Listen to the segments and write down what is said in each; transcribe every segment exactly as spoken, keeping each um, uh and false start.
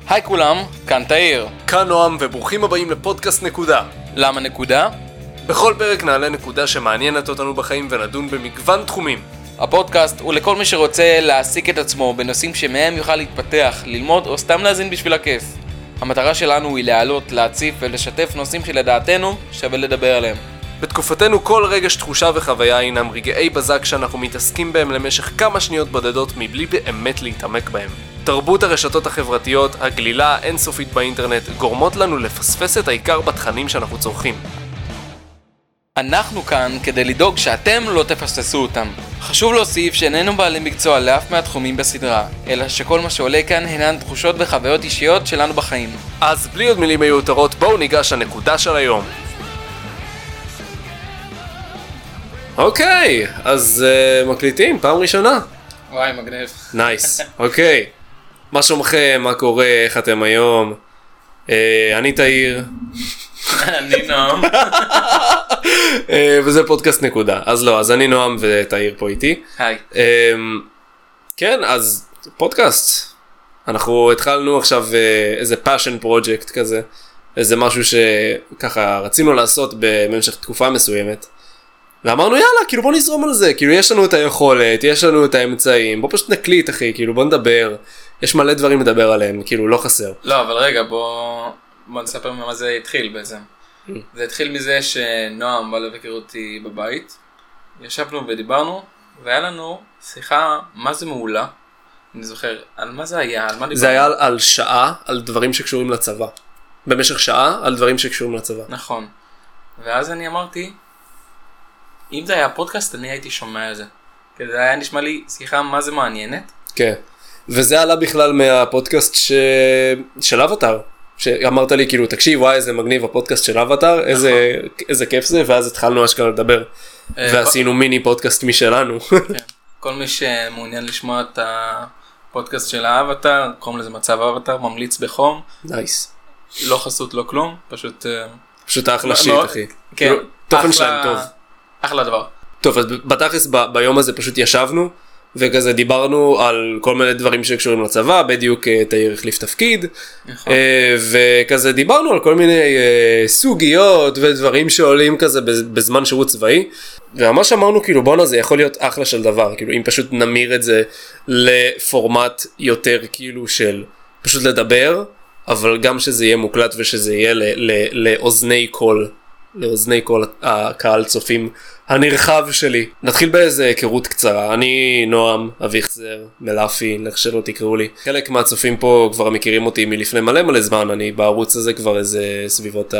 היי כולם, כאן תאיר. כאן נועם וברוכים הבאים לפודקאסט נקודה. למה נקודה? בכל פרק נעלה נקודה שמעניינת אותנו בחיים ונדון במגוון תחומים. הפודקאסט הוא לכל מי שרוצה להעסיק את עצמו בנושאים שמהם יוכל להתפתח, ללמוד או סתם להזין בשביל הכיף. המטרה שלנו היא להעלות, להציף ולשתף נושאים שלדעתנו שווה לדבר עליהם. בתקופתנו כל רגש תחושה וחוויה הינם רגעי בזק שאנחנו מתעסקים בהם למשך כמה שניות בודדות מבלי באמת להתעמק בהם. תרבות הרשתות החברתיות, הגלילה האינסופית באינטרנט, גורמות לנו לפספס את העיקר בתכנים שאנחנו צורכים. אנחנו כאן כדי לדאוג שאתם לא תפספסו אותם. חשוב להוסיף שאיננו בעלי מקצוע לאף מהתחומים בסדרה, אלא שכל מה שעולה כאן הינן תחושות וחוויות אישיות שלנו בחיים. אז בלי עוד מילים מיותרות, בואו ניגש לנקודה של היום. אוקיי, אז uh, מקליטים, פעם ראשונה. וואי, מגניב. נייס, אוקיי. מה שלומכם, מה קורה, איך אתם היום? Uh, אני תאיר. אני נועם. uh, וזה פודקאסט נקודה. אז לא, אז אני נועם ותאיר פה איתי. היי. Uh, כן, אז פודקאסט. אנחנו התחלנו עכשיו uh, איזה passion project כזה. איזה משהו שככה רצינו לעשות במשך תקופה מסוימת. ואמרנו יאללה, כאילו בוא נזרום על זה, כאילו יש לנו את היכולת, יש לנו את האמצעים, בוא פשוט נקליט אחי, כאילו בוא נדבר, יש מלא דברים לדבר עליהם, כאילו לא חסר. לא, אבל רגע, בוא, בוא נספר ממה זה התחיל בעצם. זה התחיל מזה שנועם בא לבקר אותי בבית, ישבנו ודיברנו, והיה לנו שיחה, מה זה מעולה, אני זוכר, על מה זה היה, על מה דיברנו? זה היה על, על שעה, על דברים שקשורים לצבא. במשך שעה, על דברים שקשורים לצבא. נכון. ואז אני אמרתי, אם זה היה פודקאסט, אני הייתי שומע את זה. כי זה היה נשמע לי שיחה מה זה מעניינת. כן. וזה עלה בכלל מהפודקאסט ש... של אבטר. שאמרת לי, כאילו, תקשיב, וואי, איזה מגניב הפודקאסט של אבטר, נכון. איזה, איזה כיף זה, ואז התחלנו אשכרה לדבר. ועשינו כל... מיני פודקאסט משלנו. כן. כל מי שמעוניין לשמוע את הפודקאסט של האבטר, קוראים לזה מצב אבטר, ממליץ בחום. נייס. לא חסות, לא כלום, פשוט... פשוט אחלה שיט, אחי. כן. כאילו, תוכן שלהם טוב. אחלה דבר. טוב, אז בתכלס ב- ביום הזה פשוט ישבנו, וכזה דיברנו על כל מיני דברים שקשורים לצבא, בדיוק תאיר החליף תפקיד, נכון. וכזה דיברנו על כל מיני סוגיות ודברים שעולים כזה בזמן שירות צבאי, וממש אמרנו כאילו בונה זה יכול להיות אחלה של דבר, כאילו אם פשוט נמיר את זה לפורמט יותר כאילו של פשוט לדבר, אבל גם שזה יהיה מוקלט ושזה יהיה ל- ל- לאוזני קול. לאוזני כל הקהל צופים הנרחב שלי. נתחיל באיזה היכרות קצרה. אני נועם אביחזר, מלאפי, איך שלא תקראו לי. חלק מהצופים פה כבר מכירים אותי מלפני מלא מלא זמן, אני בערוץ הזה כבר איזה סביבות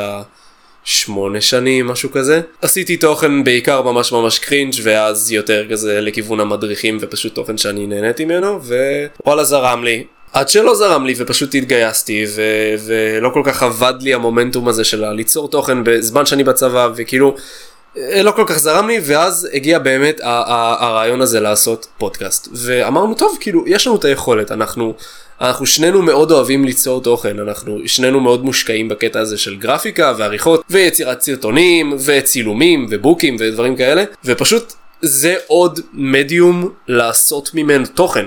השמונה שנים, משהו כזה. עשיתי תוכן בעיקר ממש ממש קרינג' ואז יותר כזה לכיוון המדריכים ופשוט תוכן שאני נהניתי ממנו, ווואלה זרם לי. עד שלא זרם לי ופשוט התגייסתי ו- ולא כל כך עבד לי המומנטום הזה של ליצור תוכן בזמן שאני בצבא וכאילו לא כל כך זרם לי, ואז הגיע באמת ה- ה- הרעיון הזה לעשות פודקאסט ואמרנו טוב כאילו יש לנו את היכולת, אנחנו, אנחנו שנינו מאוד אוהבים ליצור תוכן, אנחנו שנינו מאוד מושקעים בקטע הזה של גרפיקה ועריכות ויצירת סרטונים וצילומים ובוקים ודברים כאלה, ופשוט זה עוד מדיום לעשות ממנו תוכן.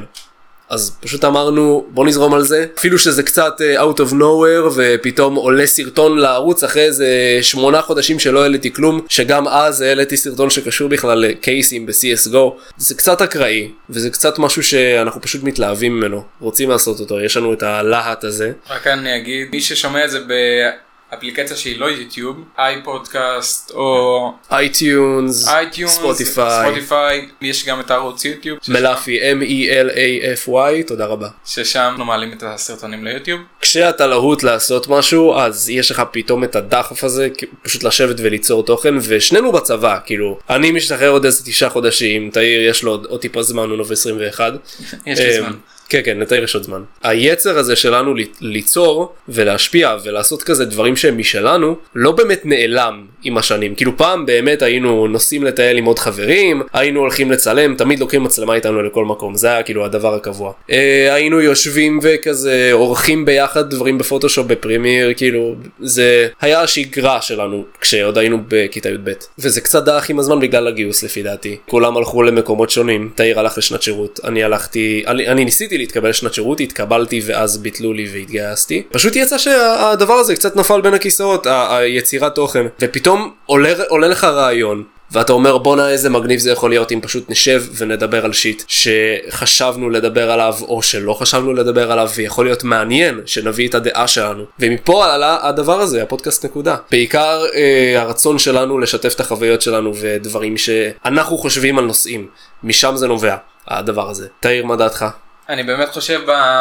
אז פשוט אמרנו בוא נזרום על זה, אפילו שזה קצת out of nowhere ופתאום עולה סרטון לערוץ אחרי איזה שמונה חודשים שלא העליתי כלום, שגם אז העליתי סרטון שקשור בכלל לקייסים ב-סי אס גו. זה קצת אקראי וזה קצת משהו שאנחנו פשוט מתלהבים ממנו, רוצים לעשות אותו, יש לנו את הלהט הזה. רק אני אגיד, מי ששומע את זה באפליקציה שהיא לא יוטיוב, איי פודקאסט או אייטיונס, אייטיונס, ספוטיפיי, ספוטיפיי, יש גם את הערוץ יוטיוב מלאפי, M E L A F Y, תודה רבה. ששם אנחנו מעלים את הסרטונים ליוטיוב. כשאתה להוט לעשות משהו אז יש לך פתאום את הדחף הזה פשוט לשבת וליצור תוכן, ושנינו בצבא, כאילו אני משתחרר עוד איזה תשעה חודשים, תאיר יש לו עוד, עוד טיפה זמן, הוא נובע עשרים ואחת. יש לי זמן. כן, כן, נתאיר יש עוד זמן. היצר הזה שלנו ליצור ולהשפיע ולעשות כזה דברים שהם משלנו, לא באמת נעלם עם השנים. כאילו פעם באמת היינו נוסעים לטייל עם עוד חברים, היינו הולכים לצלם, תמיד לוקחים מצלמה איתנו לכל מקום, זה היה כאילו הדבר הקבוע. אה, היינו יושבים וכזה עורכים ביחד דברים בפוטושופ, בפרימיר, כאילו זה היה השגרה שלנו כשעוד היינו בכיתה י"ב. וזה קצת דרך עם הזמן בגלל הגיוס לפי דעתי. כולם הלכו למקומות שונים, תאיר הלך לשנת שירות, אני הלכתי, אני, אני ניסיתי רציתי להתקבל שנת שירות, התקבלתי ואז ביטלו לי והתגייסתי. פשוט יצא שהדבר הזה קצת נפל בין הכיסאות, היצירת תוכן, ופתאום עולה, עולה לך רעיון. ואתה אומר בונה איזה מגניב זה יכול להיות אם פשוט נשב ונדבר על שיט שחשבנו לדבר עליו או שלא חשבנו לדבר עליו, ויכול להיות מעניין שנביא את הדעה שלנו, ומפה עלה הדבר הזה, הפודקאסט נקודה. בעיקר אה, הרצון שלנו לשתף את החוויות שלנו ודברים שאנחנו חושבים על נושאים, משם זה נובע הדבר הזה. תאיר, מה דעתך? אני באמת חושב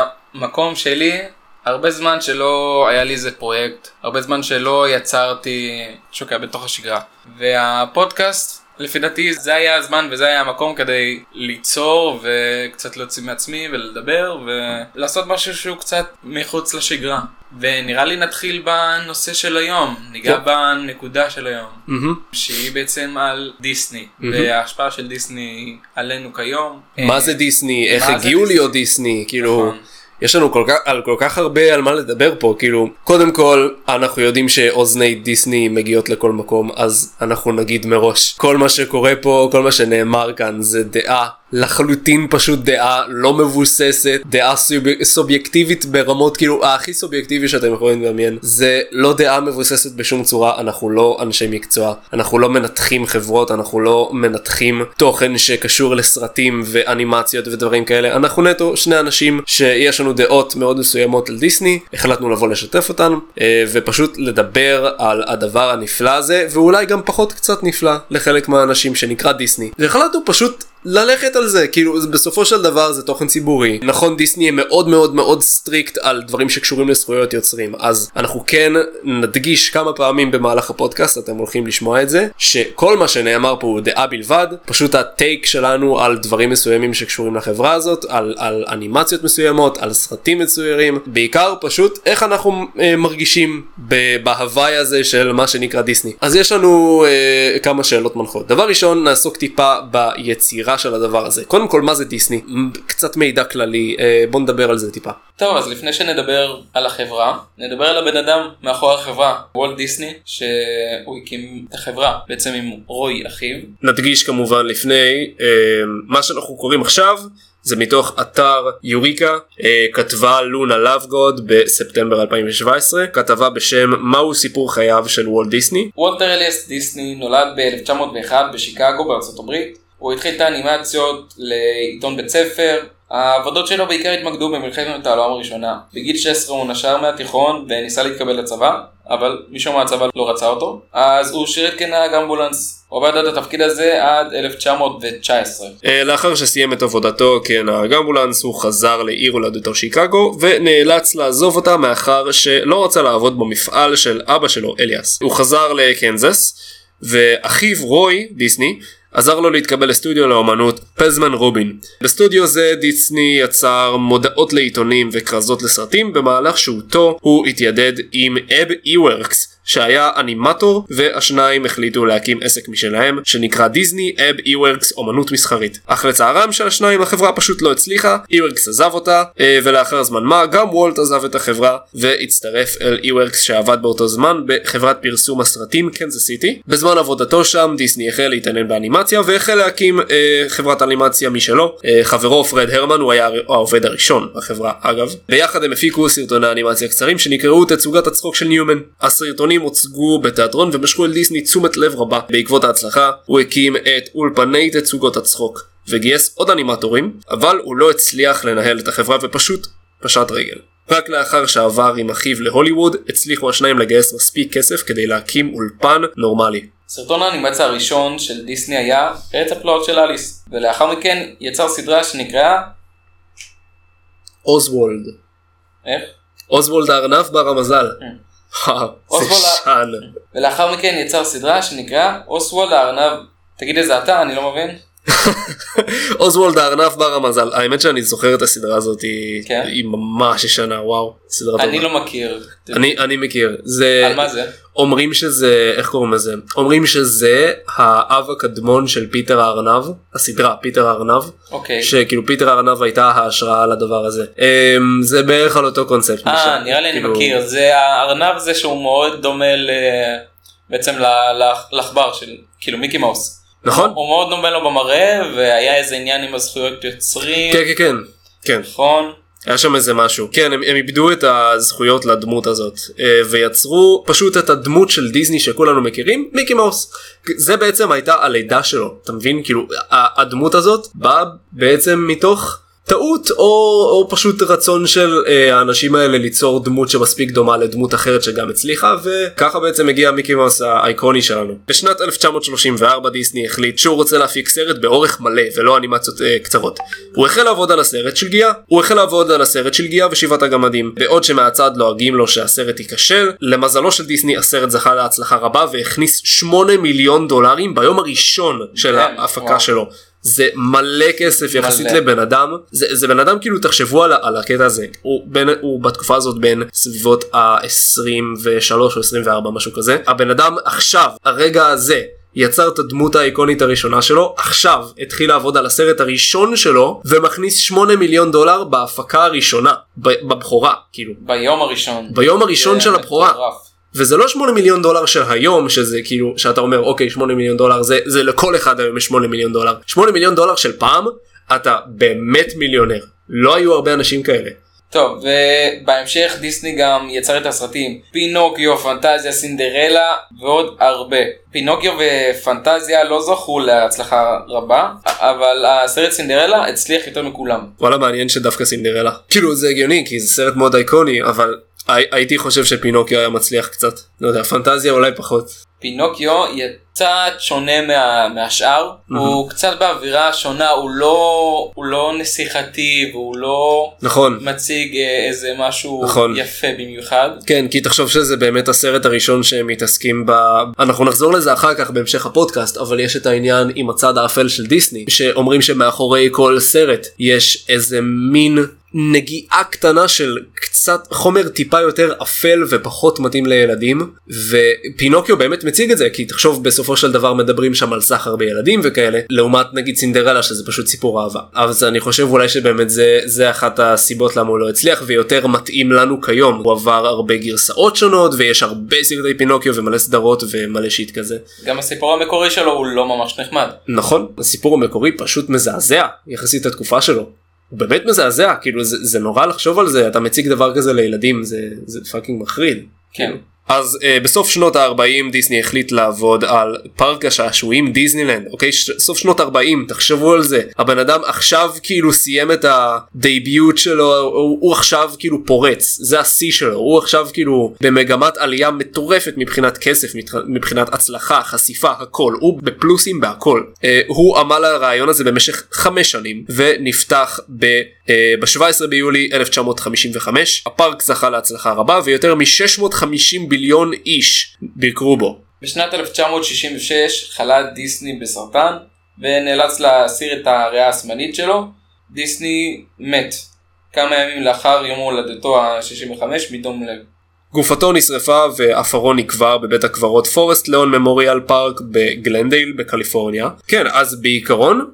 במקום שלי הרבה זמן שלא היה לי איזה פרויקט, הרבה זמן שלא יצרתי שוקע בתוך השגרה. והפודקאסט, לפי דעתי, זה היה הזמן וזה היה המקום כדי ליצור וקצת להוציא מעצמי ולדבר ולעשות משהו שהוא קצת מחוץ לשגרה. ונראה לי נתחיל בנושא של היום, ניגע בנקודה של היום, שהיא בעצם על דיסני, וההשפעה של דיסני עלינו כיום. מה זה דיסני? איך הגיעו להיות דיסני? כאילו... יש לנו כל כך, על כל כך הרבה על מה לדבר פה, כאילו, קודם כל, אנחנו יודעים שאוזני דיסני מגיעות לכל מקום, אז אנחנו נגיד מראש, כל מה שקורה פה, כל מה שנאמר כאן, זה דעה, לחלוטין פשוט דעה לא מבוססת, דעה סוב... סובייקטיבית ברמות, כאילו, הכי סובייקטיבי שאתם יכולים לדמיין, זה לא דעה מבוססת בשום צורה, אנחנו לא אנשי מקצוע, אנחנו לא מנתחים חברות, אנחנו לא מנתחים תוכן שקשור לסרטים ואנימציות ודברים כאלה, אנחנו נטו שני אנשים שיש לנו דעות מאוד מסוימות על דיסני, החלטנו לבוא לשתף אותן, ופשוט לדבר על הדבר הנפלא הזה, ואולי גם פחות קצת נפלא לחלק מהאנשים שנקרא דיסני. והחלטנו פשוט ללכת על זה, כאילו בסופו של דבר זה תוכן ציבורי. נכון, דיסני הם מאוד מאוד מאוד סטריקט על דברים שקשורים לזכויות יוצרים, אז אנחנו כן נדגיש כמה פעמים במהלך הפודקאסט, אתם הולכים לשמוע את זה, שכל מה שנאמר פה הוא דעה בלבד, פשוט הטייק שלנו על דברים מסוימים שקשורים לחברה הזאת, על, על אנימציות מסוימות, על סרטים מצוירים, בעיקר פשוט איך אנחנו אה, מרגישים בהוואי הזה של מה שנקרא דיסני. אז יש לנו אה, כמה שאלות מנחות. דבר ראשון, נעסוק טיפה ביצירה של הדבר הזה. קודם כל, מה זה דיסני? קצת מידע כללי, בוא נדבר על זה טיפה. טוב, אז לפני שנדבר על החברה, נדבר על הבן אדם מאחורי החברה, וולט דיסני, שהוא הקים את החברה, בעצם עם רוי אחיו. נדגיש כמובן לפני, מה שאנחנו קוראים עכשיו, זה מתוך אתר יוריקה, כתבה לונה לאבגוד בספטמבר אלפיים שבע עשרה, כתבה בשם מהו סיפור חייו של וולט דיסני. וולטר אליאס דיסני נולד ב-אלף תשע מאות ואחת בשיקגו בארצות הברית. הוא התחיל את האנימציות לעיתון בית ספר. העבודות שלו בעיקר התמקדו במלחמת העולם הראשונה. בגיל שש עשרה הוא נשר מהתיכון וניסה להתקבל לצבא, אבל משום מה הצבא לא רצה אותו, אז הוא שירת כנהג אמבולנס. הוא עבד את התפקיד הזה עד אלף תשע מאות תשע עשרה. לאחר שסיים את עבודתו כנהג אמבולנס, הוא חזר לעיר הולדתו שיקגו, ונאלץ לעזוב אותה מאחר שלא רצה לעבוד במפעל של אבא שלו, אליאס. הוא חזר לקנזס, ואחיו רוי, דיסני, עזר לו להתקבל לסטודיו לאומנות פזמן רובין. בסטודיו זה דיסני יצר מודעות לעיתונים וכרזות לסרטים, במהלך שהותו הוא התיידד עם אב איוורקס שהיה אנימטור, והשניים החליטו להקים עסק משלהם שנקרא דיסני אב איוורקס אומנות מסחרית. אך לצערם של השניים החברה פשוט לא הצליחה, איוורקס עזב אותה, ולאחר זמן מה גם וולט עזב את החברה והצטרף אל איוורקס שעבד באותו זמן בחברת פרסום הסרטים קנזס סיטי. בזמן עבודתו שם דיסני החל להתעניין באנימציה והחל להקים אה, חברת אנימציה משלו. אה, חברו פרד הרמן הוא היה העובד הראשון בחברה אגב. ביחד הם הפיקו סרטוני אנימציה קצרים שנקראו תצוגת הצחוק של ניומן. הסרטונים הוצגו בתיאטרון ומשכו אל דיסני תשומת לב רבה. בעקבות ההצלחה הוא הקים את אולפני תצוגות הצחוק וגייס עוד אנימטורים, אבל הוא לא הצליח לנהל את החברה ופשוט פשט רגל. רק לאחר שעבר עם אחיו להוליווד הצליחו השניים לגייס מספיק כסף כדי להקים אולפן נורמלי. סרטון האנימציה הראשון של דיסני היה ארץ הפלאות של אליס, ולאחר מכן יצר סדרה שנקראה אוזוולד. איך? אוזוולד הארנב בר המזל. ולאחר מכן יצר סדרה שנקרא אוסוולד הארנב. תגיד איזה אתה, אני לא מבין. אוזוולד הארנב בר המזל. האמת שאני זוכר את הסדרה הזאת, היא ממש ישנה, וואו. אני לא מכיר. אני מכיר. על מה זה? אומרים שזה, איך קוראים לזה? אומרים שזה האב הקדמון של פיטר הארנב, הסדרה פיטר הארנב, שכאילו פיטר הארנב הייתה ההשראה לדבר הזה. זה בערך על אותו קונספט. אה, נראה לי אני מכיר. זה הארנב זה שהוא מאוד דומה בעצם לחבר של כאילו מיקי מאוס. נכון. הוא מאוד דומה לו במראה, והיה איזה עניין עם הזכויות יוצרים. כן, כן, כן. כן. נכון? היה שם איזה משהו. כן, הם, הם איבדו את הזכויות לדמות הזאת, ויצרו פשוט את הדמות של דיסני שכולנו מכירים, מיקי מאוס. זה בעצם הייתה הלידה שלו, אתה מבין? כאילו, הדמות הזאת באה בעצם מתוך טעות או, או פשוט רצון של אה, האנשים האלה ליצור דמות שמספיק דומה לדמות אחרת שגם הצליחה, וככה בעצם הגיע מיקי מאוס האיקוני שלנו. בשנת אלף תשע מאות שלושים וארבע דיסני החליט שהוא רוצה להפיק סרט באורך מלא ולא אנימציות אה, קצרות. הוא החל לעבוד על הסרט של גיאה, הוא החל לעבוד על הסרט של גיאה ושבעת הגמדים, בעוד שמהצד לועגים לו שהסרט ייכשל. למזלו של דיסני הסרט זכה להצלחה רבה והכניס שמונה מיליון דולרים ביום הראשון של ההפקה שלו. זה מלא כסף יחסית מלא. לבן אדם, זה, זה בן אדם כאילו תחשבו על, על הקטע הזה, הוא, בין, הוא בתקופה הזאת בין סביבות ה-עשרים ושלוש או עשרים וארבע משהו כזה, הבן אדם עכשיו, הרגע הזה, יצר את הדמות האיקונית הראשונה שלו, עכשיו התחיל לעבוד על הסרט הראשון שלו, ומכניס שמונה מיליון דולר בהפקה הראשונה, בבחורה, כאילו. ביום הראשון. ביום הראשון של הבחורה. וזה לא שמונה מיליון דולר של היום, שזה כאילו, שאתה אומר, אוקיי, שמונה מיליון דולר, זה, זה לכל אחד היום יש שמונה מיליון דולר. שמונה מיליון דולר של פעם, אתה באמת מיליונר. לא היו הרבה אנשים כאלה. טוב, ובהמשך דיסני גם יצר את הסרטים פינוקיו, פנטזיה, סינדרלה ועוד הרבה. פינוקיו ופנטזיה לא זכו להצלחה רבה, אבל הסרט סינדרלה הצליח יותר מכולם. וואלה, מעניין שדווקא סינדרלה. כאילו זה הגיוני, כי זה סרט מאוד איקוני, אבל הייתי חושב שפינוקיו היה מצליח קצת. לא יודע, פנטזיה אולי פחות. פינוקיו קצת שונה מה, מהשאר, mm-hmm. הוא קצת באווירה שונה, הוא לא, הוא לא נסיכתי והוא לא נכון. מציג איזה משהו נכון. יפה במיוחד. כן, כי תחשוב שזה באמת הסרט הראשון שהם מתעסקים ב... אנחנו נחזור לזה אחר כך בהמשך הפודקאסט, אבל יש את העניין עם הצד האפל של דיסני, שאומרים שמאחורי כל סרט יש איזה מין נגיעה קטנה של קצת חומר טיפה יותר אפל ופחות מתאים לילדים, ופינוקיו באמת מציג את זה, כי תחשוב בסופו של דבר מדברים שם על סחר בילדים וכאלה, לעומת נגיד סינדרלה שזה פשוט סיפור אהבה. אז אני חושב אולי שבאמת זה, זה אחת הסיבות למה הוא לא הצליח, ויותר מתאים לנו כיום. הוא עבר הרבה גרסאות שונות, ויש הרבה סרטי פינוקיו ומלא סדרות ומלא שיט כזה. גם הסיפור המקורי שלו הוא לא ממש נחמד. נכון, הסיפור המקורי פשוט מזעזע יחסית לתקופה שלו. הוא באמת מזעזע, כאילו זה, זה נורא לחשוב על זה, אתה מציג דבר כזה לילדים, זה, זה פאקינג מחריד. כן. אז uh, בסוף שנות ה-ארבעים דיסני החליט לעבוד על פארק השעשועים דיסנילנד, אוקיי? ש- סוף שנות ה-ארבעים, תחשבו על זה. הבן אדם עכשיו כאילו סיים את הדייביוט שלו, הוא, הוא עכשיו כאילו פורץ, זה השיא שלו, הוא עכשיו כאילו במגמת עלייה מטורפת מבחינת כסף, מבחינת הצלחה, חשיפה, הכל, הוא בפלוסים בהכל. Uh, הוא עמל על הרעיון הזה במשך חמש שנים, ונפתח ב... Uh, ב-שבעה עשר ביולי אלף תשע מאות חמישים וחמש, הפארק זכה להצלחה רבה, ויותר מ-שש מאות וחמישים ביליון איש ביקרו בו. בשנת אלף תשע מאות שישים ושש חלה דיסני בסרטן, ונאלץ להסיר את הריאה השמאלית שלו. דיסני מת כמה ימים לאחר יום הולדתו ה-שישים וחמש מדום לב. גופתו נשרפה ואפרו נקבר בבית הקברות פורסט לאון ממוריאל פארק בגלנדייל בקליפורניה. כן, אז בעיקרון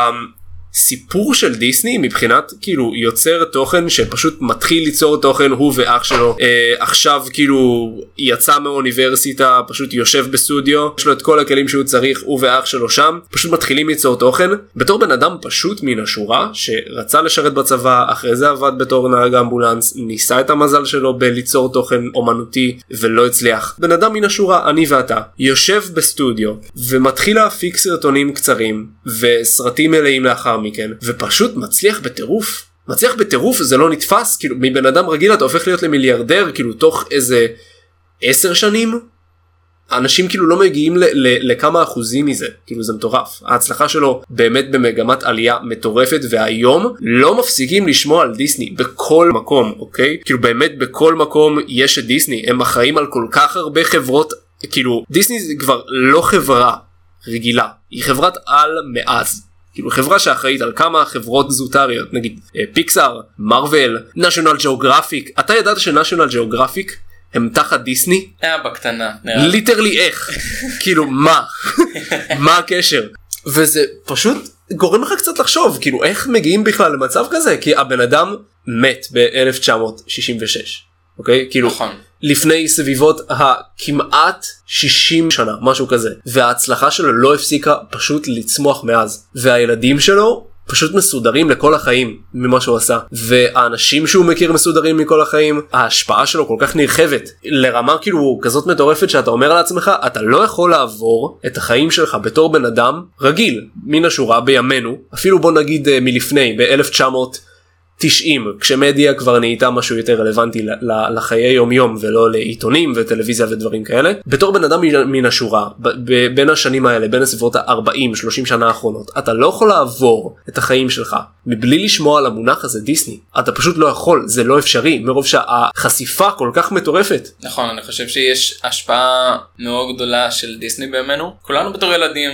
סיפור של דיסני מבחינת כאילו יוצר תוכן שפשוט מתחיל ליצור תוכן, הוא ואח שלו אה, עכשיו כאילו יצא מאוניברסיטה, פשוט יושב בסטודיו, יש לו את כל הכלים שהוא צריך, הוא ואח שלו שם פשוט מתחילים ליצור תוכן בתור בן אדם פשוט מן השורה שרצה לשרת בצבא, אחרי זה עבד בתור נהג אמבולנס, ניסה את המזל שלו בליצור תוכן אומנותי ולא הצליח. בן אדם מן השורה, אני ואתה, יושב בסטודיו ומתחיל להפיק סרטונים קצרים וסרטים מלאים לאחר מכן, ופשוט מצליח בטירוף. מצליח בטירוף, זה לא נתפס, כאילו מבן אדם רגיל אתה הופך להיות למיליארדר, כאילו תוך איזה עשר שנים, האנשים כאילו לא מגיעים ל- ל- לכמה אחוזים מזה, כאילו זה מטורף. ההצלחה שלו באמת במגמת עלייה מטורפת, והיום לא מפסיקים לשמוע על דיסני בכל מקום, אוקיי? כאילו באמת בכל מקום יש את דיסני, הם אחראים על כל כך הרבה חברות, כאילו דיסני זה כבר לא חברה רגילה, היא חברת על מאז. כאילו חברה שאחראית על כמה חברות זוטריות, נגיד פיקסאר, מרוול, נשיונל ג'אוגרפיק. אתה ידעת שנשיונל ג'אוגרפיק הם תחת דיסני? היה בקטנה. ליטרלי איך? כאילו מה? מה הקשר? וזה פשוט גורם לך קצת לחשוב, כאילו איך מגיעים בכלל למצב כזה? כי הבן אדם מת ב-אלף תשע מאות שישים ושש. אוקיי? כאילו נכון. לפני סביבות הכמעט שישים שנה, משהו כזה. וההצלחה שלו לא הפסיקה פשוט לצמוח מאז. והילדים שלו פשוט מסודרים לכל החיים ממה שהוא עשה, והאנשים שהוא מכיר מסודרים מכל החיים. ההשפעה שלו כל כך נרחבת לרמה כאילו כזאת מטורפת שאתה אומר לעצמך אתה לא יכול לעבור את החיים שלך בתור בן אדם רגיל מן השורה בימינו, אפילו בוא נגיד מלפני ב-אלף תשע מאות תשעים, כשמדיה כבר נהייתה משהו יותר רלוונטי לחיי יום יום ולא לעיתונים וטלוויזיה ודברים כאלה. בתור בן אדם מן השורה בין השנים האלה, בין הסביבות ה-ארבעים שלושים שנה האחרונות, אתה לא יכול לעבור את החיים שלך מבלי לשמוע על המונח הזה דיסני. אתה פשוט לא יכול, זה לא אפשרי מרוב שהחשיפה כל כך מטורפת. נכון, אני חושב שיש השפעה מאוד גדולה של דיסני בימינו. כולנו בתור ילדים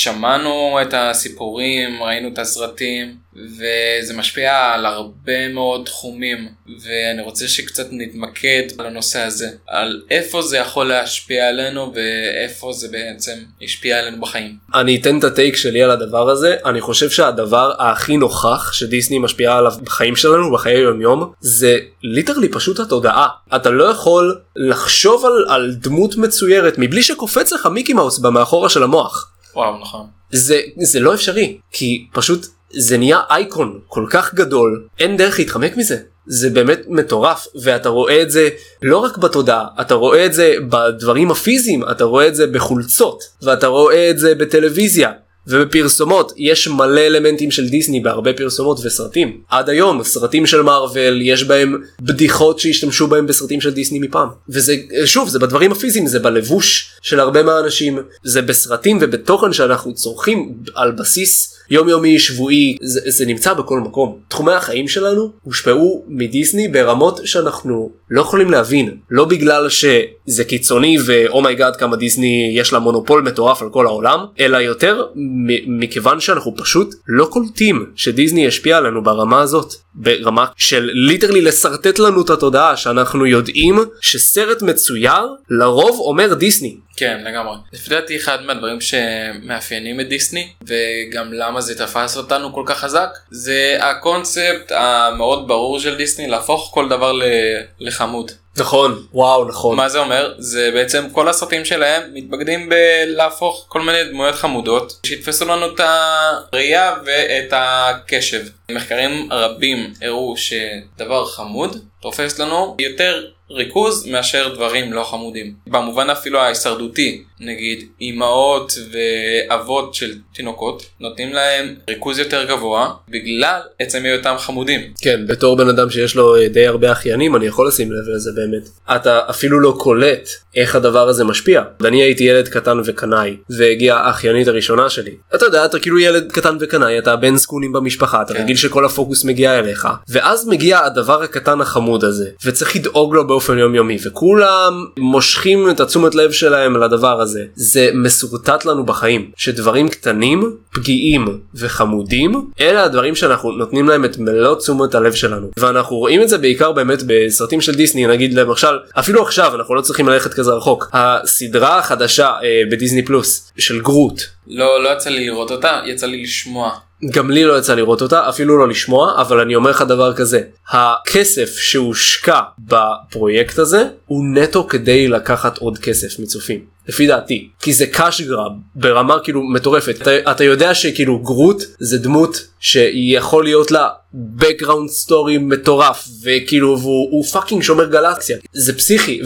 שמענו את הסיפורים, ראינו את הסרטים, וזה משפיע על הרבה מאוד תחומים, ואני רוצה שקצת נתמקד על הנושא הזה, על איפה זה יכול להשפיע עלינו ואיפה זה בעצם ישפיע עלינו בחיים. אני אתן את הטייק שלי על הדבר הזה. אני חושב שהדבר הכי נוכח שדיסני משפיע עליו בחיים שלנו, בחיי יום יום, זה ליטרלי פשוט התודעה. אתה לא יכול לחשוב על, על דמות מצוירת מבלי שקופץ לך מיקי מאוס במאחורה של המוח. וואו, נכון. זה, זה לא אפשרי, כי פשוט זה נהיה אייקון כל כך גדול, אין דרך להתחמק מזה. זה באמת מטורף, ואתה רואה את זה לא רק בתודעה, אתה רואה את זה בדברים הפיזיים, אתה רואה את זה בחולצות, ואתה רואה את זה בטלוויזיה ובפרסומות. יש מלא אלמנטים של דיסני בהרבה פרסומות וסרטים. עד היום סרטים של מארוול יש בהם בדיחות שהשתמשו בהם בסרטים של דיסני מפעם, וזה שוב זה בדברים הפיזיים, זה בלבוש של הרבה מהאנשים, זה בסרטים ובתוכן שאנחנו צורכים על בסיס יומיומי, שבועי. זה, זה נמצא בכל מקום. תחומי החיים שלנו הושפעו מדיסני ברמות שאנחנו לא יכולים להבין, לא בגלל שזה קיצוני ואומייגאד כמה דיסני יש לה מונופול מטורף על כל העולם, אלא יותר מכיוון שאנחנו פשוט לא קולטים שדיסני השפיע עלינו ברמה הזאת, ברמה של ליטרלי לסרטט לנו את התודעה, שאנחנו יודעים שסרט מצויר לרוב אומר דיסני. כן, לגמרי. לפי דעתי אחד מהדברים שמאפיינים את דיסני, וגם למה זה תפס אותנו כל כך חזק, זה הקונספט המאוד ברור של דיסני, להפוך כל דבר לחמוד. נכון, וואו, נכון. מה זה אומר? זה בעצם כל הסרטים שלהם מתבגדים בלהפוך כל מיני דמויות חמודות שיתפסו לנו את הראייה ואת הקשב. מחקרים רבים הראו שדבר חמוד תופס לנו יותר ריכוז מאשר דברים לא חמודים. במובן אפילו ההישרדותי, נגיד אמהות ואבות של תינוקות נותנים להם ריכוז יותר גבוה בגלל עצם היותם חמודים. כן, בתור בן אדם שיש לו די הרבה אחיינים אני יכול לשים לב לזה באמת. אתה אפילו לא קולט איך הדבר הזה משפיע. אני הייתי ילד קטן וקנאי והגיעה האחיינית הראשונה שלי. אתה יודע, אתה כאילו ילד קטן וקנאי, אתה בן זקונים במשפחה, אתה כן. רגיל שכל הפוקוס מגיע אליך, ואז מגיע הדבר הקטן החמוד הזה וצריך לדאוג לו באופן יומיומי, וכולם מושכים את התשומת לב שלהם לדבר הזה. זה מסורטט לנו בחיים שדברים קטנים, פגיעים וחמודים אלה הדברים שאנחנו נותנים להם את מלוא תשומת הלב שלנו, ואנחנו רואים את זה בעיקר באמת בסרטים של דיסני. נגיד למשל, אפילו עכשיו אנחנו לא צריכים ללכת כזה רחוק, הסדרה החדשה אה, בדיסני פלוס של גרוט. לא, לא יצא לי לראות אותה, יצא לי לשמוע. גם לי לא יצא לראות אותה, אפילו לא לשמוע, אבל אני אומר לך דבר כזה, הכסף שהושקע בפרויקט הזה הוא נטו כדי לקחת עוד כסף מצופים, לפי דעתי, כי זה קאש גרב ברמה כאילו מטורפת. אתה, אתה יודע שכאילו גרוט זה דמות שיכול להיות לה background story מטורף, וכאילו הוא, הוא פאקינג שומר גלקסיה, זה פסיכי,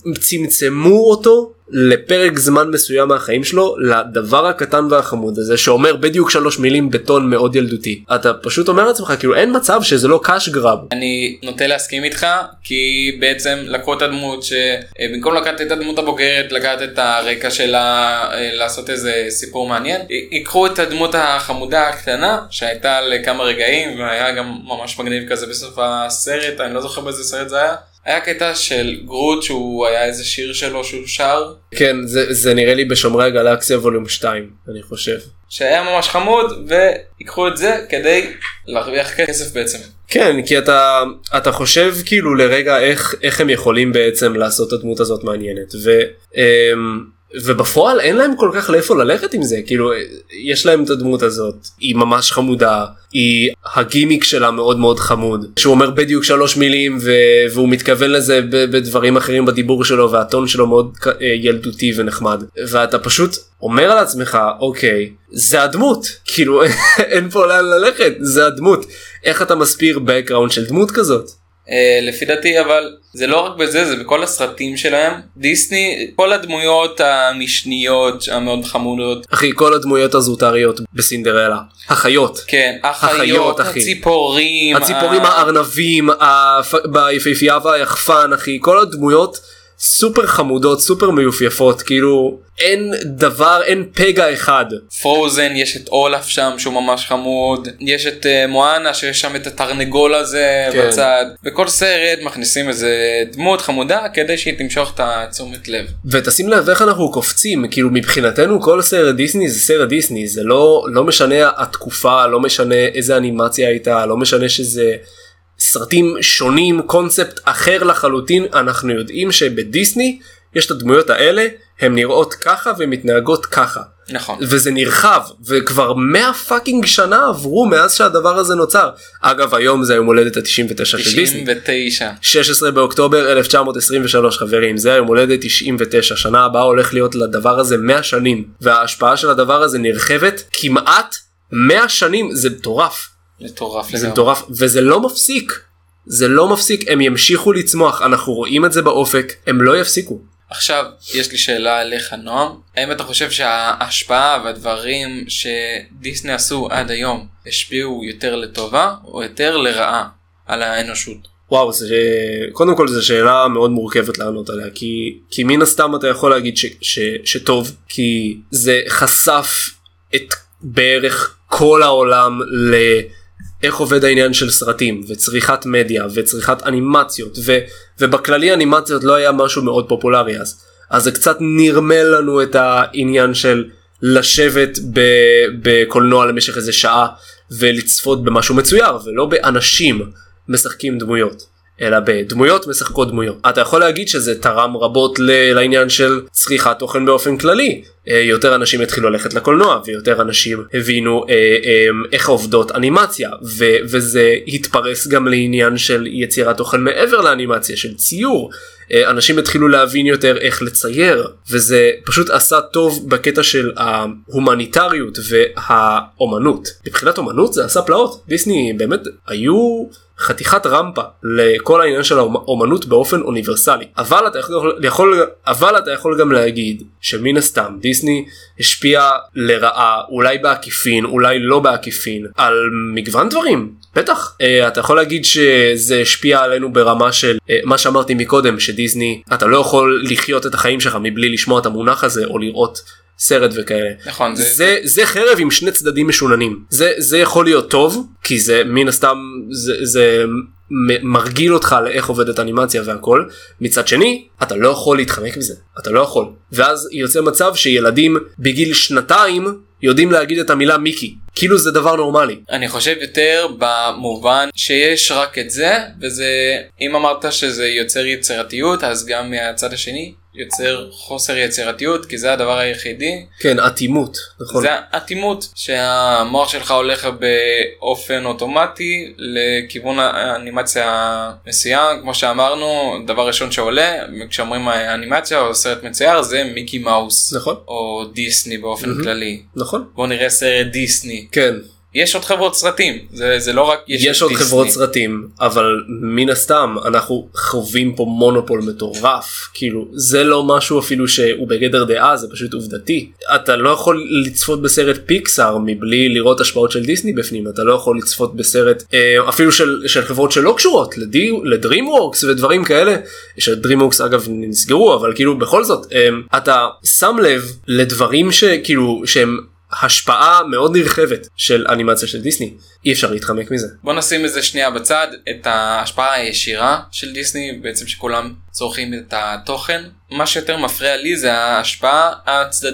וצמצמו אותו לפרק זמן מסוים מהחיים שלו לדבר הקטן והחמוד הזה שאומר בדיוק שלוש מילים בטון מאוד ילדותי. אתה פשוט אומר לעצמך כאילו אין מצב שזה לא קאש גרב. אני נוטה להסכים איתך, כי בעצם לקחו את הדמות שבמקום לקחת את הדמות הבוגרת, לקחת את הרקע שלה, לעשות איזה סיפור מעניין, ייקחו את הדמות החמודה הקטנה שהייתה לכמה רגעים והיה גם ממש מגניב כזה בסוף הסרט. אני לא זוכר באיזה סרט זה היה, היה קטע של גרוט שהוא היה איזה שיר שלו שהוא שר. כן, זה, זה נראה לי בשומרי הגלקסיה ווליום שתיים, אני חושב. שהיה ממש חמוד, ויקחו את זה כדי להרוויח כסף בעצם. כן, כי אתה, אתה חושב כאילו לרגע איך, איך הם יכולים בעצם לעשות את הדמות הזאת מעניינת. ו... ובפועל אין להם כל כך לאיפה ללכת עם זה, כאילו יש להם את הדמות הזאת, היא ממש חמודה, היא הגימיק שלה מאוד מאוד חמוד, שהוא אומר בדיוק שלוש מילים ו... והוא מתכוון לזה בדברים אחרים בדיבור שלו, והטון שלו מאוד ילדותי ונחמד, ואתה פשוט אומר על עצמך, אוקיי, זה הדמות, כאילו אין פה לאן ללכת, זה הדמות, איך אתה מסביר בקראונד של דמות כזאת? Uh, לפי דעתי, אבל זה לא רק בזה, זה בכל הסרטים שלהם. דיסני, כל הדמויות המשניות המאוד חמודות. אחי, כל הדמויות הזוטריות בסינדרלה. החיות. כן, החיות, הציפורים. הציפורים, ה... הארנבים, הפ... ביפהפייה והיחפן, אחי. כל הדמויות סופר חמודות, סופר מיופייפות, כאילו אין דבר, אין פגע אחד. פרוזן, יש את אולף שם שהוא ממש חמוד, יש את uh, מואנה שיש שם את התרנגול הזה כן. בצד, בכל סרט מכניסים איזה דמות חמודה כדי שהיא תמשוך את התשומת לב. ותשים לב איך אנחנו קופצים, כאילו מבחינתנו כל סרט דיסני זה סרט דיסני, זה לא, לא משנה התקופה, לא משנה איזה אנימציה הייתה, לא משנה שזה סרטים שונים, קונספט אחר לחלוטין, אנחנו יודעים שבדיסני יש את הדמויות האלה, הן נראות ככה ומתנהגות ככה. נכון. וזה נרחב, וכבר מאה פאקינג שנה עברו מאז שהדבר הזה נוצר. אגב, היום זה היום הולדת ה-תשעים ותשע של דיסני. תשעים ותשע. שש עשרה באוקטובר אלף תשע מאות עשרים ושלוש, חברים, זה היום הולדת תשעים ותשע. שנה הבאה הולך להיות לדבר הזה מאה שנים, וההשפעה של הדבר הזה נרחבת כמעט מאה שנים, זה מטורף. מטורף זה מטורף, וזה לא מפסיק. זה לא מפסיק, הם ימשיכו לצמוח, אנחנו רואים את זה באופק, הם לא יפסיקו. עכשיו, יש לי שאלה אליך, נועם. האם אתה חושב שההשפעה והדברים שדיסני עשו עד היום השפיעו יותר לטובה או יותר לרעה על האנושות? וואו, זה, קודם כל זו שאלה מאוד מורכבת לענות עליה, כי, כי מן הסתם אתה יכול להגיד ש, ש, שטוב, כי זה חשף את בערך כל העולם ל... איך עובד העניין של סרטים וצריכת מדיה וצריכת אנימציות ו, ובכללי אנימציות לא היה משהו מאוד פופולרי אז אז זה קצת נרמל לנו את העניין של לשבת בקולנוע למשך איזה שעה ולצפות במשהו מצויר ולא באנשים משחקים דמויות אלא בדמויות משחקות דמויות. אתה יכול להגיד שזה תרם רבות לעניין של צריכת תוכן באופן כללי. יותר אנשים התחילו ללכת לקולנוע ויותר אנשים הבינו איך עובדות אנימציה וזה התפרס גם לעניין של יצירת תוכן מעבר לאנימציה של ציור. אנשים התחילו להבין יותר איך לצייר וזה פשוט עשה טוב בקטע של ההומניטריות והאומנות. מבחינת אומנות זה עשה פלאות. דיסני באמת היו חתיכת רמפה לכל העניין של האומנות באופן אוניברסלי. אבל אתה יכול, יכול, אבל אתה יכול גם להגיד שמן הסתם דיסני השפיע לרעה, אולי בעקיפין, אולי לא בעקיפין, על מגוון דברים. בטח. Uh, אתה יכול להגיד שזה השפיע עלינו ברמה של uh, מה שאמרתי מקודם, שדיסני, אתה לא יכול לחיות את החיים שלך מבלי לשמוע את המונח הזה או לראות סרט וכאלה. נכון. זה, זה, זה חרב עם שני צדדים משוננים. זה, זה יכול להיות טוב, כי זה מן הסתם, זה, זה מרגיל אותך לאיך עובדת אנימציה והכל. מצד שני, אתה לא יכול להתחמק בזה. אתה לא יכול. ואז יוצא מצב שילדים בגיל שנתיים יודעים להגיד את המילה מיקי. כאילו זה דבר נורמלי. אני חושב יותר במובן שיש רק את זה, וזה, אם אמרת שזה יוצר יצירתיות, אז גם מהצד השני יוצר חוסר יצירתיות, כי זה הדבר היחידי. כן, אטימות, נכון. זה אטימות, שהמוח שלך הולך באופן אוטומטי לכיוון האנימציה מסוים, כמו שאמרנו, דבר ראשון שעולה, כשאומרים האנימציה או סרט מצייר, זה מיקי מאוס. נכון. או דיסני באופן mm-hmm. כללי. נכון. בוא נראה סרט דיסני. כן. יש עוד חברות סרטים, זה, זה לא רק יש, יש עוד דיסני. חברות סרטים, אבל מן הסתם אנחנו חווים פה מונופול מטורף, כאילו זה לא משהו אפילו שהוא בגדר דעה, זה פשוט עובדתי. אתה לא יכול לצפות בסרט פיקסאר מבלי לראות השפעות של דיסני בפנים, אתה לא יכול לצפות בסרט אפילו של, של חברות שלא קשורות, לדי, לדרימוורקס ודברים כאלה, שדרימוורקס אגב נסגרו, אבל כאילו בכל זאת, אתה שם לב לדברים שכאילו שהם השפעה מאוד נרחבת של אנימציה של דיסני, אי אפשר להתחמק מזה. בוא נשים את זה שנייה בצד, את ההשפעה הישירה של דיסני, בעצם שכולם צורכים את התוכן. מה שיותר מפריע לי זה ההשפעה הצדדית,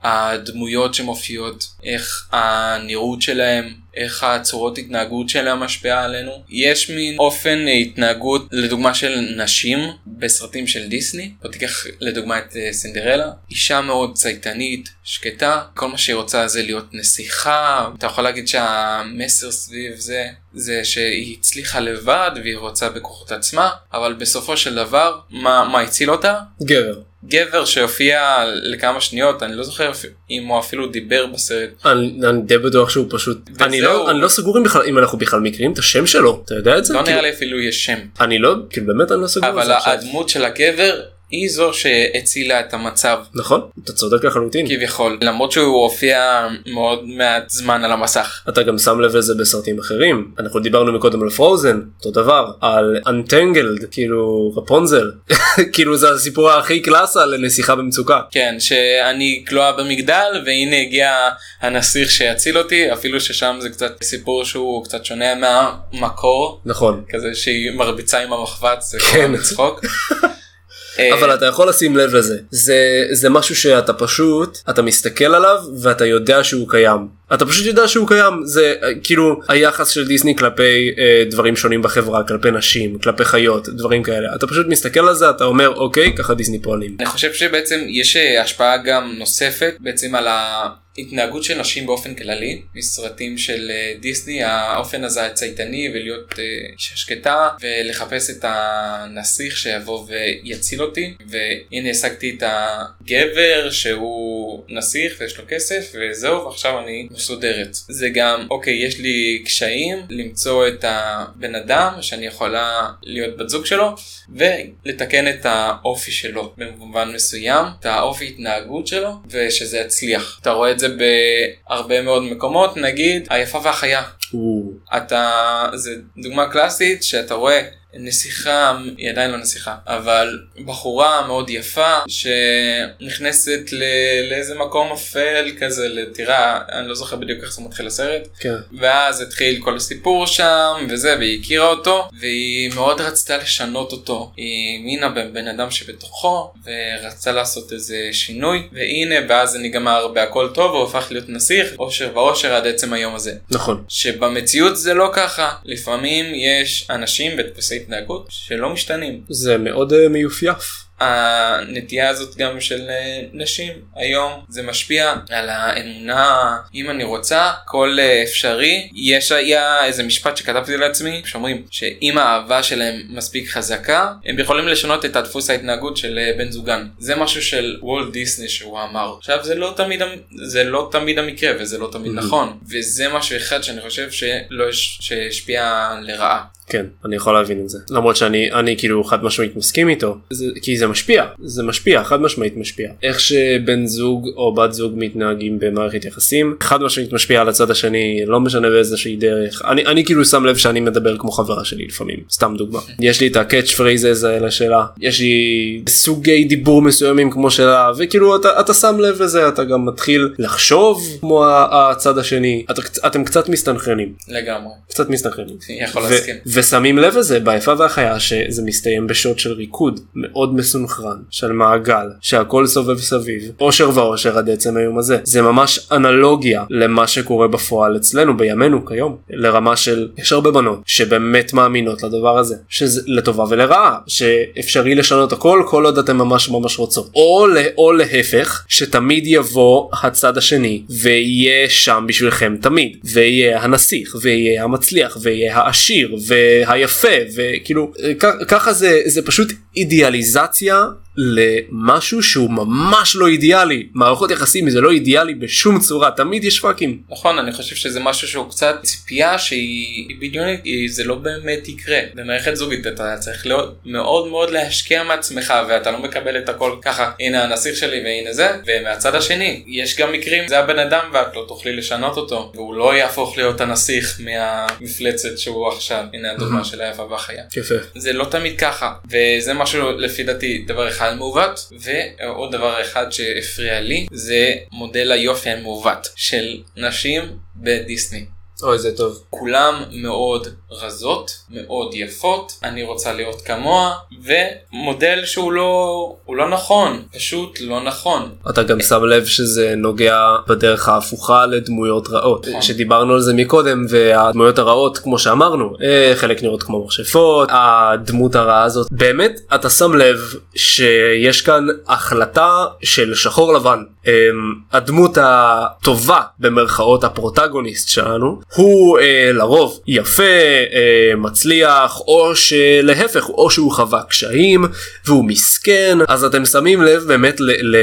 הדמויות שמופיעות, איך הנראות שלהם, איך הצורות התנהגות שלהם משפיעה עלינו. יש מין אופן התנהגות לדוגמה של נשים בסרטים של דיסני. בוא תיקח לדוגמה את סינדרלה, אישה מאוד צייתנית, שקטה, כל מה שהיא רוצה זה להיות נסיכה. אתה יכול להגיד שהמסר סביב זה זה שהיא הצליחה לבד והיא רוצה בכוחות עצמה, אבל בסופו של דבר מה, מה הציל אותה? גבר. גבר שהופיע לכמה שניות, אני לא זוכר אם הוא אפילו דיבר בסרט. אני, אני די בטוח שהוא פשוט, אני לא, אני לא סגור אם, בכלל, אם אנחנו בכלל מכירים את השם שלו, אתה יודע את זה? לא כאילו, נראה לי אפילו יש שם. אני לא, כאילו באמת אני לא סגור. אבל הדמות של הגבר היא זו שהצילה את המצב. נכון, אתה צודק לחלוטין. כביכול, למרות שהוא הופיע מאוד מעט זמן על המסך. אתה גם שם לב לזה בסרטים אחרים. אנחנו דיברנו מקודם על פרוזן, אותו דבר, על אנטנגלד, כאילו רפונזל. כאילו זה הסיפור הכי קלאסה לנסיכה במצוקה. כן, שאני כלואה במגדל והנה הגיע הנסיך שיציל אותי, אפילו ששם זה קצת סיפור שהוא קצת שונה מהמקור. נכון. כזה שהיא מרביצה עם המחבץ, זה כן. כבר מצחוק. אבל אתה יכול לשים לב לזה, זה, זה משהו שאתה פשוט, אתה מסתכל עליו ואתה יודע שהוא קיים. אתה פשוט יודע שהוא קיים, זה כאילו היחס של דיסני כלפי אה, דברים שונים בחברה, כלפי נשים, כלפי חיות, דברים כאלה. אתה פשוט מסתכל על זה, אתה אומר אוקיי, ככה דיסני פועלים. אני חושב שבעצם יש השפעה גם נוספת בעצם על ההתנהגות של נשים באופן כללי, מסרטים של דיסני, האופן הזה הצייתני ולהיות אישה שקטה ולחפש את הנסיך שיבוא ויציל אותי, והנה השגתי את הגבר שהוא נסיך ויש לו כסף וזהו, ועכשיו אני מסודרת. זה גם אוקיי, יש לי קשיים למצוא את הבן אדם שאני יכולה להיות בת זוג שלו ולתקן את האופי שלו במובן מסוים, את האופי התנהגות שלו, ושזה יצליח. אתה רואה את זה בהרבה מאוד מקומות, נגיד היפה והחיה. אתה, זה דוגמה קלאסית שאתה רואה נסיכה, היא עדיין לא נסיכה, אבל בחורה מאוד יפה שנכנסת ל- לאיזה מקום אפל כזה לטירה, אני לא זוכר בדיוק איך זה מתחיל הסרט, כן. ואז התחיל כל הסיפור שם וזה, והיא הכירה אותו והיא מאוד רצתה לשנות אותו, היא האמינה בבן אדם שבתוכו ורצתה לעשות איזה שינוי, והנה ואז זה נגמר בהכל טוב והוא הפך להיות נסיך, אושר ואושר עד עצם היום הזה. נכון. שבמציאות זה לא ככה, לפעמים יש אנשים בדפוסי התנהגות שלא משתנים. זה מאוד uh, מיופייף. הנטייה הזאת גם של נשים היום, זה משפיע על האמונה, אם אני רוצה כל אפשרי. יש היה איזה משפט שכתבתי לעצמי שאומרים שאם האהבה שלהם מספיק חזקה הם יכולים לשנות את הדפוס ההתנהגות של בן זוגן. זה משהו של וולט דיסני שהוא אמר. עכשיו זה לא תמיד, זה לא תמיד המקרה וזה לא תמיד נכון, וזה משהו אחד שאני חושב שלא שהשפיע לרעה. כן, אני יכול להבין את זה. למרות שאני אני כאילו חד משמעית מסכים איתו, זה, כי זה משפיע, זה משפיע, חד משמעית משפיע. איך שבן זוג או בת זוג מתנהגים במערכת יחסים, חד משמעית משפיע על הצד השני, לא משנה באיזושהי דרך. אני, אני כאילו שם לב שאני מדבר כמו חברה שלי לפעמים, סתם דוגמה. יש לי את הקאץ' פרייזס האלה שלה, יש לי סוגי דיבור מסוימים כמו שלה, וכאילו אתה, אתה שם לב לזה, אתה גם מתחיל לחשוב כמו הצד השני, אתה, אתם קצת מסתנכרנים. לגמרי. קצת מסתנכרנים. יכול להסכים. ושמים לב לזה ביפה והחיה שזה מסתיים בשוט של ריקוד מאוד מסונכרן של מעגל שהכל סובב סביב, אושר ואושר עד עצם היום הזה. זה ממש אנלוגיה למה שקורה בפועל אצלנו בימינו כיום, לרמה של יש הרבה בנות שבאמת מאמינות לדבר הזה, שזה לטובה ולרעה, שאפשרי לשנות הכל כל עוד אתם ממש ממש רוצות, או, או להפך שתמיד יבוא הצד השני ויהיה שם בשבילכם תמיד, ויהיה הנסיך ויהיה המצליח ויהיה העשיר והיפה, וכאילו ככה זה, זה פשוט אידיאליזציה למשהו שהוא ממש לא אידיאלי. מערכות יחסים זה לא אידיאלי בשום צורה, תמיד יש פאקים. נכון, אני חושב שזה משהו שהוא קצת ציפייה שהיא בדיונית, זה לא באמת יקרה. במערכת זוגית אתה צריך מאוד מאוד להשקיע מעצמך ואתה לא מקבל את הכל ככה, הנה הנסיך שלי והנה זה, ומהצד השני יש גם מקרים, זה הבן אדם ואת לא תוכלי לשנות אותו והוא לא יהפוך להיות הנסיך מהמפלצת שהוא עכשיו. הנה הדוגמה של היפה והחיה. יפה. זה לא תמיד ככה, וזה משהו לפי דעתי דבר אחד מעוות. ועוד דבר אחד שהפריע לי זה מודל היופי המעוות של נשים בדיסני. אוי, זה טוב. כולם מאוד רזות, מאוד יפות, אני רוצה להיות כמוה, ומודל שהוא לא, הוא לא נכון, פשוט לא נכון. אתה גם שם לב שזה נוגע בדרך ההפוכה לדמויות רעות, שדיברנו על זה מקודם, והדמויות הרעות, כמו שאמרנו, חלק נראות כמו מכשפות, הדמות הרעה הזאת, באמת, אתה שם לב שיש כאן החלטה של שחור לבן. הדמות הטובה במרכאות הפרוטגוניסט שלנו, הוא לרוב יפה, מצליח, או שלהפך, או שהוא חווה קשיים, והוא מסכן. אז אתם שמים לב באמת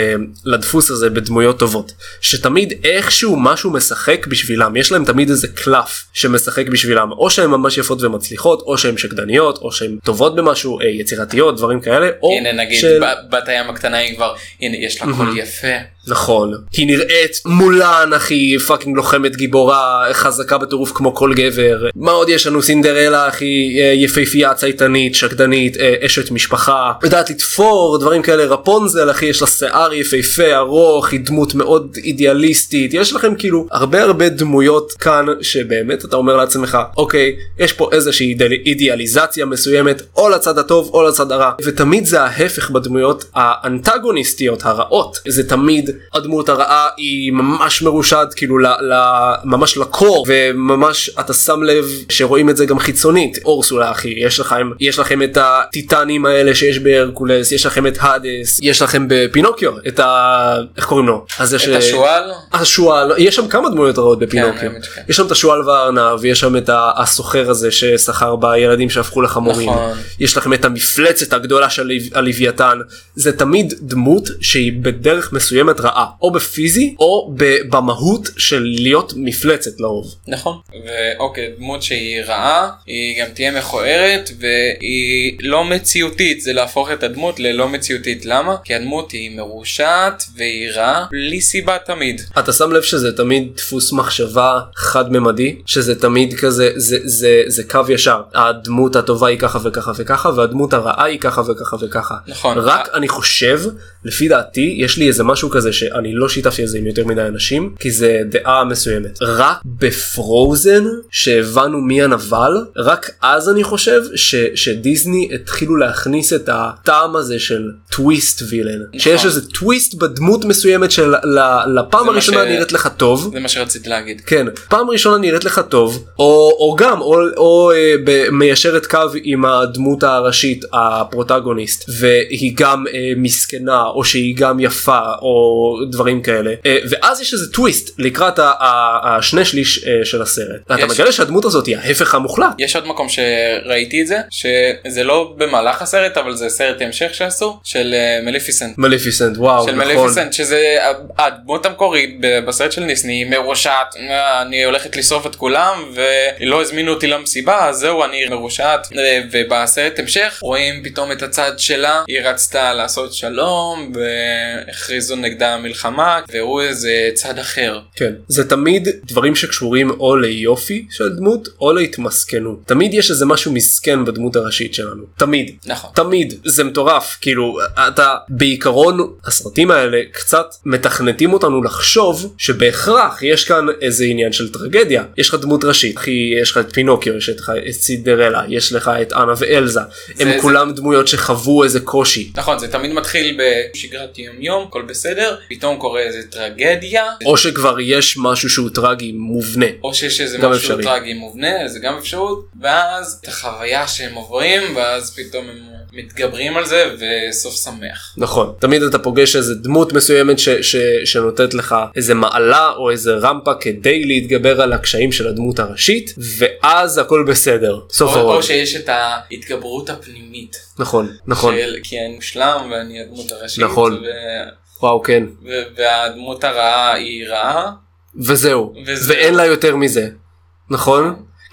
לדפוס הזה בדמויות טובות, שתמיד איכשהו משהו משחק בשבילם, יש להם תמיד איזה קלף שמשחק בשבילם, או שהן ממש יפות ומצליחות, או שהן שקדניות, או שהן טובות במשהו, יצירתיות, דברים כאלה, או הנה נגיד של... בת הים הקטנה היא כבר, הנה יש לה קול יפה. נכון, היא נראית מולן, הכי פאקינג לוחמת גיבורה, חזקה בטירוף כמו כל גבר. מה עוד יש לנו? סינדרלה, הכי יפהפייה, צייתנית, שקדנית, אשת משפחה, יודעת לתפור, דברים כאלה. רפונזל, הכי יש לה שיער יפהפה, ארוך, היא דמות מאוד אידיאליסטית. יש לכם כאילו הרבה הרבה דמויות כאן, שבאמת אתה אומר לעצמך, אוקיי, יש פה איזושהי אידיאליזציה מסוימת, או לצד הטוב או לצד הרע. ותמיד זה ההפך בדמויות האנטגוניסטיות, הרעות. זה תמיד הדמות הרעה היא ממש מרושד, כאילו ל, ל, ממש לקור, וממש אתה שם לב שרואים את זה גם חיצונית. אורסולה, אחי, יש לכם, יש לכם את הטיטנים האלה שיש בהרקולס, יש לכם את האדס, יש לכם בפינוקיו את ה... איך קוראים לו? אז יש... את השואל? השואל, יש שם כמה דמויות רעות בפינוקיו. כן, יש שם את השואל והארנב, ויש שם את הסוחר הזה ששכר בילדים שהפכו לחמורים. נכון. יש לכם את המפלצת הגדולה של הלוויתן. זה תמיד דמות שהיא בדרך מסוימת רעה, או בפיזי או במהות של להיות מפלצת לרוב. נכון. ואוקיי, דמות שהיא רעה, היא גם תהיה מכוערת, והיא לא מציאותית. זה להפוך את הדמות ללא מציאותית. למה? כי הדמות היא מרושעת והיא רעה בלי סיבה תמיד. אתה שם לב שזה תמיד דפוס מחשבה חד ממדי, שזה תמיד כזה, זה, זה, זה קו ישר. הדמות הטובה היא ככה וככה וככה, והדמות הרעה היא ככה וככה וככה. נכון. רק אני חושב, לפי דעתי, יש לי איזה משהו כזה שאני לא שיתפתי את זה עם יותר מדי אנשים, כי זה דעה מסוימת. רק בפרוזן, שהבנו מי הנבל, רק אז אני חושב ש, שדיסני התחילו להכניס את הטעם הזה של טוויסט וילן. נכון. שיש איזה טוויסט בדמות מסוימת של לפעם הראשונה ש... נראית לך טוב. זה מה שרציתי להגיד. כן, פעם ראשונה נראית לך טוב, או, או גם, או, או אה, ב, מיישרת קו עם הדמות הראשית, הפרוטגוניסט, והיא גם אה, מסכנה, או שהיא גם יפה, או דברים כאלה. ואז יש איזה טוויסט לקראת השני שליש של הסרט. אתה מגלה שהדמות הזאת היא ההפך המוחלט. יש עוד מקום שראיתי את זה, שזה לא במהלך הסרט, אבל זה סרט המשך שעשו, של מליפיסנט. מליפיסנט, וואו, של נכון. מליפיסנט, שזה הדמות המקורית בסרט של דיסני, היא מרושעת, אני הולכת לשרוף את כולם, ולא הזמינו אותי למסיבה, אז זהו, אני מרושעת. ובסרט המשך, רואים פתאום את הצד שלה, היא רצתה לעשות שלום, והכריזו נגדה מלחמה, והראו איזה צד אחר. כן, זה תמיד דברים שקשורים או ליופי של דמות, או להתמסכנות. תמיד יש איזה משהו מסכן בדמות הראשית שלנו. תמיד. נכון. תמיד. זה מטורף. כאילו, אתה, בעיקרון, הסרטים האלה קצת מתכנתים אותנו לחשוב שבהכרח יש כאן איזה עניין של טרגדיה. יש לך דמות ראשית, אחי, יש לך את פינוקיו, יש לך את סינדרלה, יש לך את אנה ואלזה. הם זה, כולם זה... דמויות שחוו איזה קושי. נכון, זה תמיד מתחיל בשגרת יום יום, כל בסדר, פתאום קורה איזה טרגדיה. או שכבר יש משהו שהוא טרגי מובנה. או שיש איזה משהו אפשרי. טרגי מובנה, זה גם אפשרות, ואז את החוויה שהם עוברים, ואז פתאום הם מתגברים על זה, וסוף שמח. נכון, תמיד אתה פוגש איזה דמות מסוימת ש- ש- שנותנת לך איזה מעלה, או איזה רמפה כדי להתגבר על הקשיים של הדמות הראשית, ואז הכל בסדר. סוף או, הרוב. או שיש את ההתגברות הפנימית. נכון, נכון. של, כי אני מושלם, ואני הדמות הראשית. נכון. ו... וואו, כן. ו- והדמות הרעה היא רעה. וזהו. וזהו. ואין לה יותר מזה. נכון?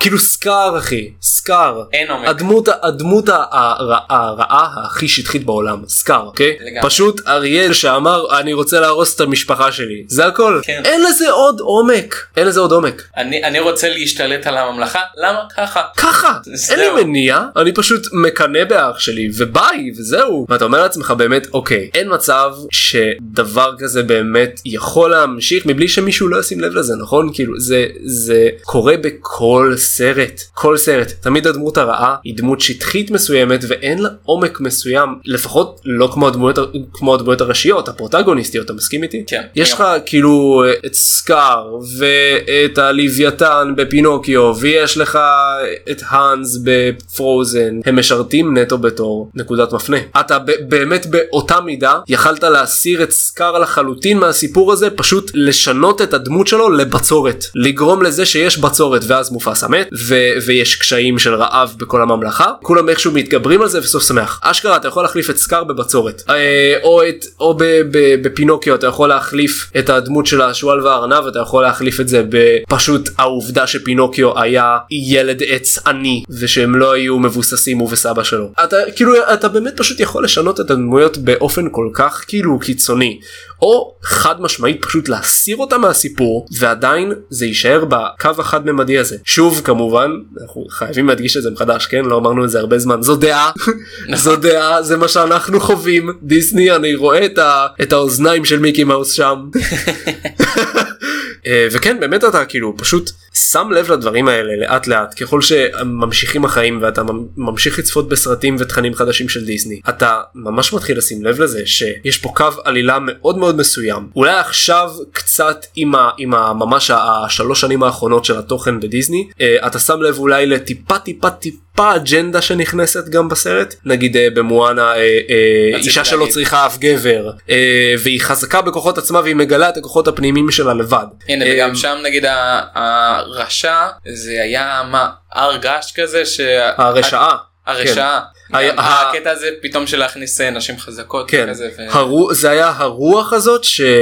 כאילו סקאר אחי, סקאר. אין עומק. הדמות, הדמות הרעה הכי שטחית בעולם, סקאר, אוקיי? פשוט אריאל שאמר אני רוצה להרוס את המשפחה שלי, זה הכל. כן. אין לזה עוד עומק, אין לזה עוד עומק. אני, אני רוצה להשתלט על הממלכה, למה? ככה. ככה, אין לי מניע, אני פשוט מקנה באח שלי וביי וזהו. ואתה אומר לעצמך באמת אוקיי, אין מצב שדבר כזה באמת יכול להמשיך מבלי שמישהו לא ישים לב לזה, נכון? כאילו זה, זה קורה בכל סרט, כל סרט. תמיד הדמות הרעה היא דמות שטחית מסוימת ואין לה עומק מסוים, לפחות לא כמו הדמויות, כמו הדמויות הראשיות, הפרוטגוניסטיות, אתה מסכים איתי? כן. יש לך כאילו את סקאר ואת הלוויתן בפינוקיו ויש לך את האנס בפרוזן, הם משרתים נטו בתור נקודת מפנה. אתה באמת באותה מידה יכלת להסיר את סקאר לחלוטין מהסיפור הזה, פשוט לשנות את הדמות שלו לבצורת, לגרום לזה שיש בצורת ואז מופסה מת ו- ויש קשיים של רעב בכל הממלכה, כולם איכשהו מתגברים על זה וסוף שמח. אשכרה אתה יכול להחליף את סקאר בבצורת, אה, או, את, או ב- ב- בפינוקיו אתה יכול להחליף את הדמות של השועל והארנב, אתה יכול להחליף את זה בפשוט העובדה שפינוקיו היה ילד עץ עני ושהם לא היו מבוססים הוא וסבא שלו. אתה כאילו אתה באמת פשוט יכול לשנות את הדמויות באופן כל כך כאילו קיצוני, או חד משמעית פשוט להסיר אותה מהסיפור ועדיין זה יישאר בקו החד ממדי הזה. שוב כמובן אנחנו חייבים להדגיש את זה מחדש, כן? לא אמרנו את זה הרבה זמן, זו דעה זו דעה, זה מה שאנחנו חווים. דיסני, אני רואה את, ה, את האוזניים של מיקי מאוס שם. וכן באמת אתה כאילו פשוט שם לב לדברים האלה לאט לאט ככל שממשיכים החיים ואתה ממשיך לצפות בסרטים ותכנים חדשים של דיסני, אתה ממש מתחיל לשים לב לזה שיש פה קו עלילה מאוד מאוד מסוים. אולי עכשיו קצת עם, ה, עם ה, ממש השלוש שנים האחרונות של התוכן בדיסני אתה שם לב אולי לטיפה טיפה טיפה אג'נדה שנכנסת גם בסרט, נגיד במואנה אישה שלא צריכה אף גבר והיא חזקה בכוחות עצמה והיא מגלה את הכוחות הפנימיים שלה לבד. הנה וגם שם נגיד הרשע זה היה מה הר געש כזה, הרשעה הרשעה הקטע הזה פתאום של להכניס נשים חזקות כזה, זה היה הרוח הזאת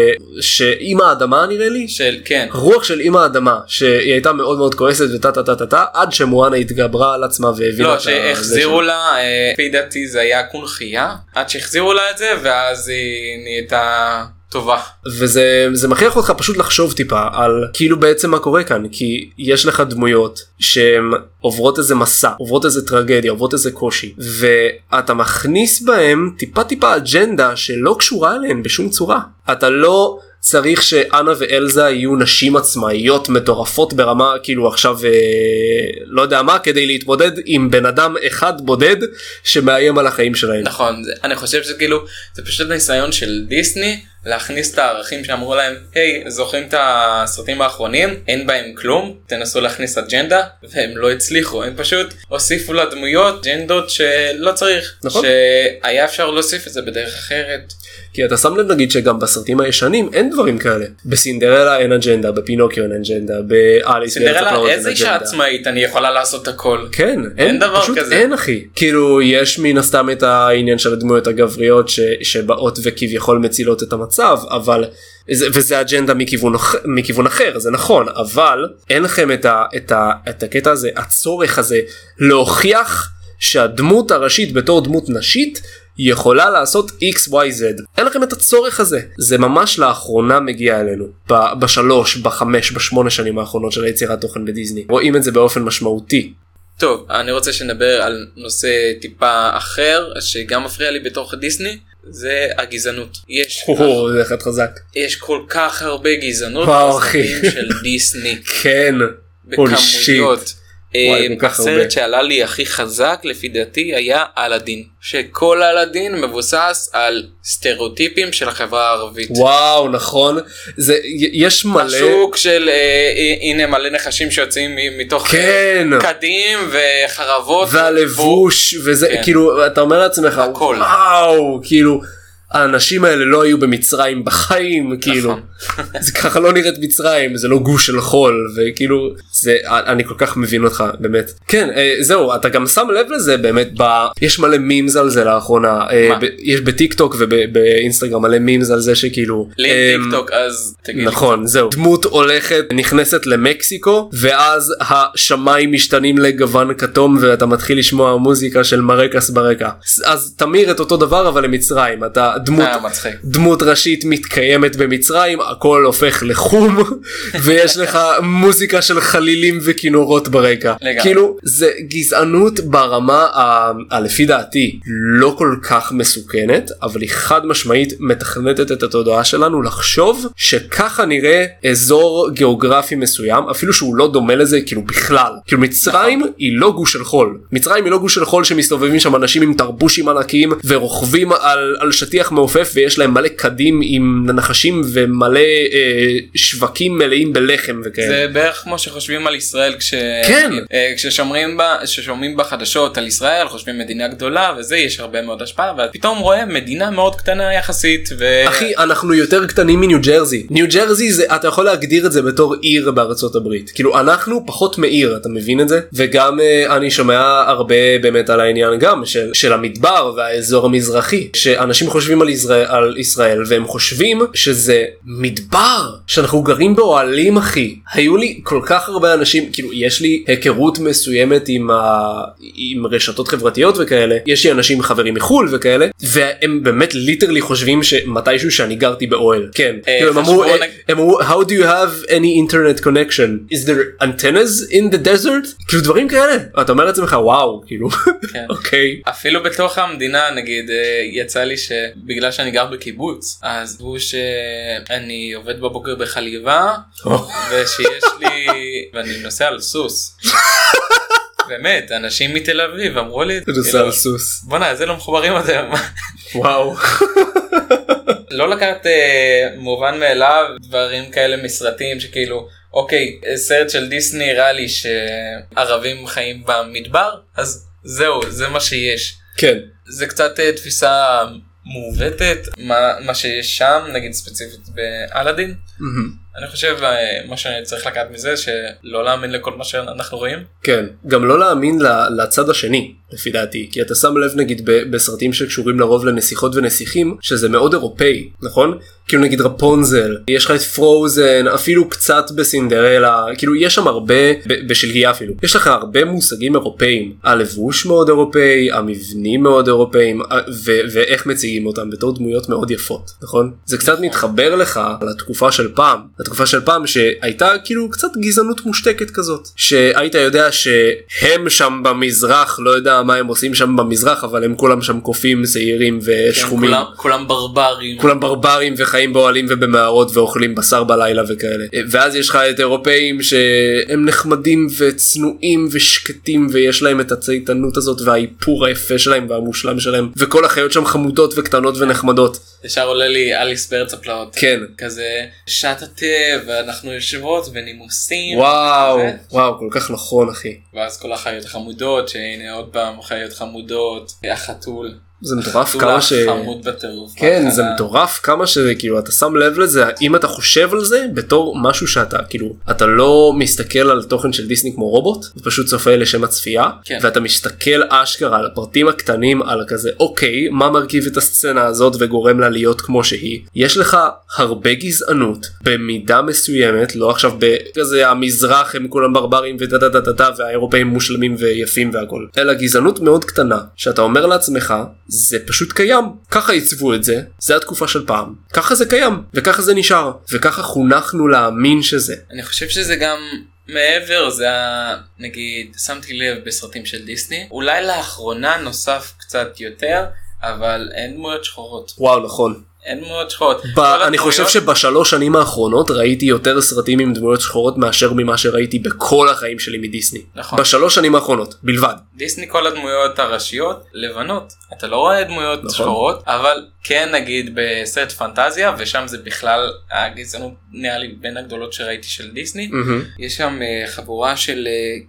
שאמא האדמה נראה לי, רוח של אמא האדמה שהיא הייתה מאוד מאוד כועסת וטה טה טה טה טה עד שמואנה התגברה על עצמה והבינה, לא שהחזירו לה, לפי דעתי זה היה קונחייה עד שהחזירו לה את זה ואז היא נהייתה טובה. וזה זה מכריח אותך פשוט לחשוב טיפה על כאילו בעצם מה קורה כאן, כי יש לך דמויות שהן עוברות איזה מסע, עוברות איזה טרגדיה, עוברות איזה קושי, ואתה מכניס בהם טיפה טיפה אג'נדה שלא קשורה אליהן בשום צורה. אתה לא צריך שאנה ואלזה יהיו נשים עצמאיות מטורפות ברמה כאילו עכשיו אה, לא יודע מה, כדי להתמודד עם בן אדם אחד בודד שמאיים על החיים שלהם. נכון, זה, אני חושב שכאילו זה פשוט ניסיון של דיסני להכניס את הערכים שאמרו להם, היי, זוכרים את הסרטים האחרונים? אין בהם כלום, תנסו להכניס אג'נדה, והם לא הצליחו, הם פשוט הוסיפו לדמויות אג'נדות שלא צריך, נכון. שהיה אפשר להוסיף את זה בדרך אחרת. כי אתה שם לב נגיד שגם בסרטים הישנים אין דברים כאלה. בסינדרלה אין אג'נדה, בפינוקיו אין אג'נדה, באליס סינדרלה איזה אישה עצמאית אני יכולה לעשות הכל. כן, אין, אין דבר פשוט כזה. אין אחי. כאילו יש מן הסתם את העניין של הדמויות הגבריות ש, שבאות וכביכול מצילות את המצב, אבל וזה אג'נדה מכיוון, מכיוון אחר, זה נכון, אבל אין לכם את, ה, את, ה, את הקטע הזה, הצורך הזה להוכיח שהדמות הראשית בתור דמות נשית היא יכולה לעשות אקס וואי זד. אין לכם את הצורך הזה. זה ממש לאחרונה מגיע אלינו. בשלוש, בחמש, בשמונה שנים האחרונות של היצירת תוכן בדיסני. רואים את זה באופן משמעותי. טוב, אני רוצה שנדבר על נושא טיפה אחר, שגם מפריע לי בתוך דיסני, זה הגזענות. יש, או, זה אחד חזק. יש כל כך הרבה גזענות בסרטים של דיסני. כן. בכמויות. הסרט שעלה לי הכי חזק לפי דעתי היה אלאדין, שכל אלאדין מבוסס על סטריאוטיפים של החברה הערבית. וואו, נכון, זה יש מלא השוק של הנה מלא נחשים שיוצאים מתוך קדים וחרבות והלבוש וזה, כאילו אתה אומר לעצמך וואו, כאילו האנשים האלה לא היו במצרים בחיים, כאילו, זה ככה לא נראית מצרים, זה לא גוש של חול, וכאילו, זה, אני כל כך מבין אותך, באמת. כן, זהו, אתה גם שם לב לזה, באמת, יש מלא מימס על זה לאחרונה, יש בטיק טוק ובאינסטגרם מלא מימס על זה שכאילו, לי טיק טוק, אז תגיד. נכון, זהו, דמות הולכת, נכנסת למקסיקו, ואז השמיים משתנים לגוון כתום, ואתה מתחיל לשמוע מוזיקה של מרקס ברקע. אז תמיר את אותו דבר, אבל למצרים, אתה דמות, דמות ראשית מתקיימת במצרים, הכל הופך לחום, ויש לך מוזיקה של חלילים וכינורות ברקע. כאילו, זה גזענות ברמה, ה- לפי דעתי, לא כל כך מסוכנת, אבל היא חד משמעית מתכנתת את התודעה שלנו לחשוב שככה נראה אזור גיאוגרפי מסוים, אפילו שהוא לא דומה לזה, כאילו בכלל. כאילו מצרים היא לא גוש של חול. מצרים היא לא גוש של חול שמסתובבים שם אנשים עם תרבושים ענקיים ורוכבים על, על שטיח מעופף ויש להם מלא קדים עם נחשים ומלא אה, שווקים מלאים בלחם וכאלה. זה בערך כמו שחושבים על ישראל כש... כן. אה, כששומעים בה, כששומעים בחדשות על ישראל, חושבים מדינה גדולה וזה, יש הרבה מאוד השפעה, ופתאום רואה מדינה מאוד קטנה יחסית. ו... אחי, אנחנו יותר קטנים מניו ג'רזי. ניו ג'רזי זה, אתה יכול להגדיר את זה בתור עיר בארצות הברית. כאילו אנחנו פחות מעיר, אתה מבין את זה? וגם אה, אני שומע הרבה באמת על העניין גם של, של המדבר והאזור המזרחי, שאנשים חושבים על ישראל, על ישראל והם חושבים שזה מדבר, שאנחנו גרים באוהלים אחי. היו לי כל כך הרבה אנשים, כאילו יש לי היכרות מסוימת עם, ה... עם רשתות חברתיות וכאלה, יש לי אנשים חברים מחול וכאלה, והם באמת ליטרלי חושבים שמתישהו שאני גרתי באוהל. כן. כאילו הם אמרו, הם אמרו, how do you have any internet connection? Is there antennas in the desert? כאילו דברים כאלה. אתה אומר לעצמך וואו, כאילו, אוקיי. אפילו בתוך המדינה נגיד יצא לי שבגלל שאני גר בקיבוץ, אז הוא שאני עובד בבוקר בחליבה, ושיש לי, ואני נוסע על סוס. באמת, אנשים מתל אביב אמרו לי, נוסע על סוס. בוא'נה, זה לא מחוברים עד היום. וואו. לא לקחת uh, מובן מאליו דברים כאלה מסרטים שכאילו אוקיי סרט של דיסני נראה לי שערבים חיים במדבר אז זהו זה מה שיש. כן. זה קצת uh, תפיסה מעוותת מה, מה שיש שם נגיד ספציפית באלאדין. Mm-hmm. אני חושב מה שאני צריך לקחת מזה שלא להאמין לכל מה שאנחנו רואים. כן, גם לא להאמין לצד השני לפי דעתי, כי אתה שם לב נגיד בסרטים שקשורים לרוב לנסיכות ונסיכים שזה מאוד אירופאי, נכון? כאילו נגיד רפונזל, יש לך את פרוזן, אפילו קצת בסינדרלה, כאילו יש שם הרבה, בשלגיה אפילו, יש לך הרבה מושגים אירופאים, הלבוש מאוד אירופאי, המבנים מאוד אירופאים, ו- ואיך מציגים אותם בתור דמויות מאוד יפות, נכון? זה קצת מתחבר לך לתקופה של פעם, התקופה של פעם שהייתה כאילו קצת גזענות מושתקת כזאת, שהיית יודע שהם שם במזרח, לא יודע מה הם עושים שם במזרח, אבל הם כולם שם קופים, שעירים ושחומים. כולם, כולם ברברים. כולם ברברים וחיים באוהלים ובמערות ואוכלים בשר בלילה וכאלה. ואז יש לך את אירופאים שהם נחמדים וצנועים ושקטים ויש להם את הצייתנות הזאת והאיפור היפה שלהם והמושלם שלהם, וכל החיות שם חמודות וקטנות ונחמדות. ישר עולה לי אליס בארץ הפלאות. כן. כזה שעת הטבע ואנחנו יושבות ונימוסים. וואו, וואו, כל כך נכון אחי. ואז כל החיות החמודות, שהנה עוד פעם חיות חמודות, החתול. זה מטורף כמה ש... חמוד בטירוף. כן, זה מטורף כמה שזה, כאילו, אתה שם לב לזה, אם אתה חושב על זה, בתור משהו שאתה, כאילו, אתה לא מסתכל על תוכן של דיסני כמו רובוט, ופשוט צופה לשם הצפייה, כן. ואתה מסתכל אשכרה על הפרטים הקטנים, על כזה, אוקיי, מה מרכיב את הסצנה הזאת וגורם לה להיות כמו שהיא? יש לך הרבה גזענות, במידה מסוימת, לא עכשיו בכזה המזרח הם כולם ברברים ודדדדדה, והאירופאים מושלמים ויפים והכל, אלא גזענות מאוד קטנה, שאתה אומר לעצמך, זה פשוט קיים, ככה ייצבו את זה, זה התקופה של פעם, ככה זה קיים, וככה זה נשאר, וככה חונכנו להאמין שזה. אני חושב שזה גם מעבר, זה נגיד, שמתי לב בסרטים של דיסני, אולי לאחרונה נוסף קצת יותר, אבל אין דמויות שחורות. וואו, נכון. אין דמויות שחורות. אני חושב שבשלוש שנים האחרונות ראיתי יותר סרטים עם דמויות שחורות מאשר ממה שראיתי בכל החיים שלי מדיסני. נכון. בשלוש שנים האחרונות, בלבד. דיסני כל הדמויות הראשיות לבנות. אתה לא רואה דמויות שחורות, אבל כן נגיד בסרט פנטזיה, ושם זה בכלל הגזענות נראה לי בין הגדולות שראיתי של דיסני. יש שם חבורה של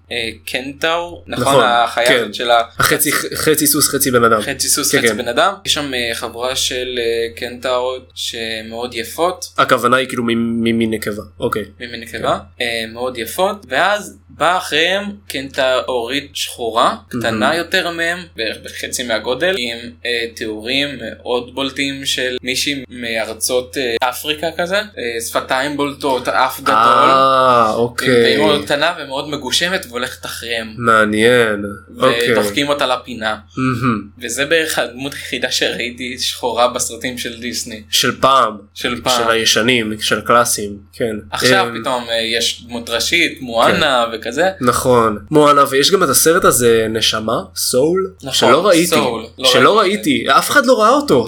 קנטאור, נכון? החיה של ה... חצי סוס חצי בן אדם. חצי סוס חצי בן אדם. יש שם חבורה של קנטאורות שמאוד יפות. הכוונה היא כאילו ממין נקבה. אוקיי. ממין נקבה. מאוד יפות. ואז בא אחריהם קנטאורית שחורה, קטנה יותר מהם, בערך בחצי מהגודל, עם תיאורים מאוד בולטים של מישהי מארצות אפריקה כזה, שפתיים בולטות, אף גדול. אה, אוקיי. והיא מאוד קטנה ומאוד מגושמת והולכת אחריהם. מעניין. ודוחקים אותה לפינה. וזה בערך הדמות היחידה שראיתי שחורה בסרטים של דיסני. של פעם. של פעם. של הישנים, של קלאסיים, כן. עכשיו פתאום יש דמות ראשית, מואנה וכזה. נכון. מואנה, ויש גם את הסרט הזה נשמה, סול, שלא ראיתי. שלא ראיתי. אף אחד לא ראה אותו.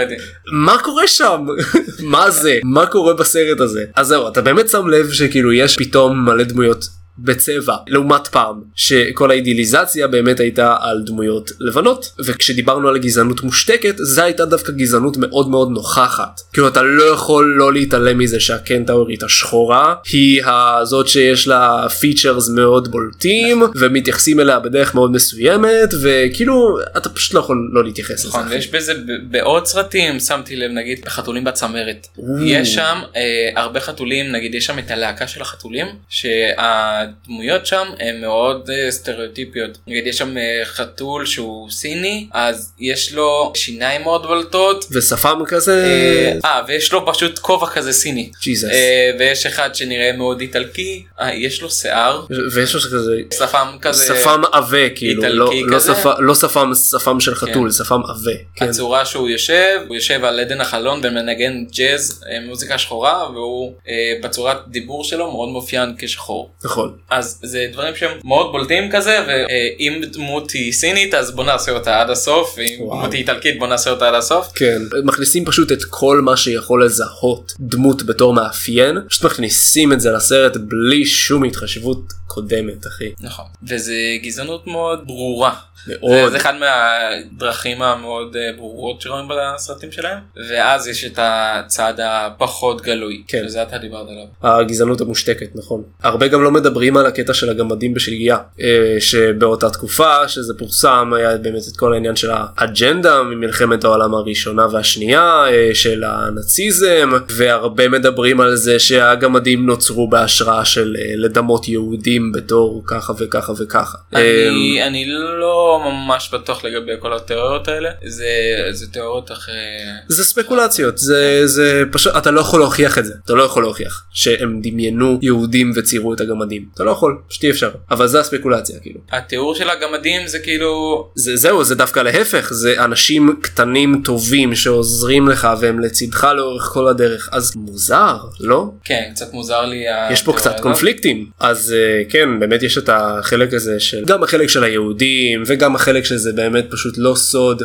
מה קורה שם? מה זה? מה קורה בסרט הזה? אז זהו, אתה באמת שם לב שכאילו יש פתאום מלא דמויות בצבע, לעומת פעם, שכל האידיאליזציה באמת הייתה על דמויות לבנות, וכשדיברנו על הגזענות מושתקת, זה הייתה דווקא גזענות מאוד מאוד נוכחת. כאילו אתה לא יכול לא להתעלם מזה שהקנטאורית השחורה, היא הזאת שיש לה פיצ'רס מאוד בולטים, ומתייחסים אליה בדרך מאוד מסוימת, וכאילו אתה פשוט לא יכול לא להתייחס לזה. נכון, ויש בזה בעוד סרטים, שמתי לב נגיד בחתולים בצמרת. יש שם הרבה חתולים, נגיד יש שם את הלהקה של החתולים, שה הדמויות שם הן מאוד uh, סטריאוטיפיות. נגיד יש שם uh, חתול שהוא סיני, אז יש לו שיניים מאוד בולטות. ושפם כזה. אה, uh, ויש לו פשוט כובע כזה סיני. ג'יזוס. Uh, ויש אחד שנראה מאוד איטלקי, uh, יש לו שיער. ויש לו כזה. שפם כזה. שפם עווה, כאילו. איטלקי לא, כזה. לא, שפ... לא שפם, שפם של חתול, כן. שפם עווה. כן. הצורה שהוא יושב, הוא יושב על עדן החלון ומנגן ג'אז, מוזיקה שחורה, והוא uh, בצורת דיבור שלו מאוד מופיין כשחור. נכון. אז זה דברים שהם מאוד בולטים כזה, ואם דמות היא סינית אז בוא נעשה אותה עד הסוף, ואם דמות היא איטלקית בוא נעשה אותה עד הסוף. כן, מכניסים פשוט את כל מה שיכול לזהות דמות בתור מאפיין, פשוט מכניסים את זה לסרט בלי שום התחשבות קודמת, אחי. נכון, וזה גזענות מאוד ברורה. מאוד. זה אחד מהדרכים המאוד ברורות שרואים בסרטים שלהם, ואז יש את הצד הפחות גלוי, כן. שזה אתה דיברת עליו. הגזענות המושתקת, נכון. הרבה גם לא מדברים על הקטע של הגמדים בשלגיה, שבאותה תקופה שזה פורסם היה באמת את כל העניין של האג'נדה ממלחמת העולם הראשונה והשנייה, של הנאציזם, והרבה מדברים על זה שהגמדים נוצרו בהשראה של לדמות יהודים בתור ככה וככה וככה. אני, אני לא ממש בטוח לגבי כל התיאוריות האלה, זה, זה תיאוריות אחרי... זה ספקולציות, זה, זה פשוט, אתה לא יכול להוכיח את זה, אתה לא יכול להוכיח שהם דמיינו יהודים וציירו את הגמדים, אתה לא יכול, פשוט אי אפשר, אבל זה הספקולציה כאילו. התיאור של הגמדים זה כאילו... זה, זהו, זה דווקא להפך, זה אנשים קטנים טובים שעוזרים לך והם לצדך לאורך כל הדרך, אז מוזר, לא? כן, קצת מוזר לי. יש פה קצת קונפליקטים, אז כן, באמת יש את החלק הזה של, גם החלק של היהודים וגם החלק שזה באמת פשוט לא סוד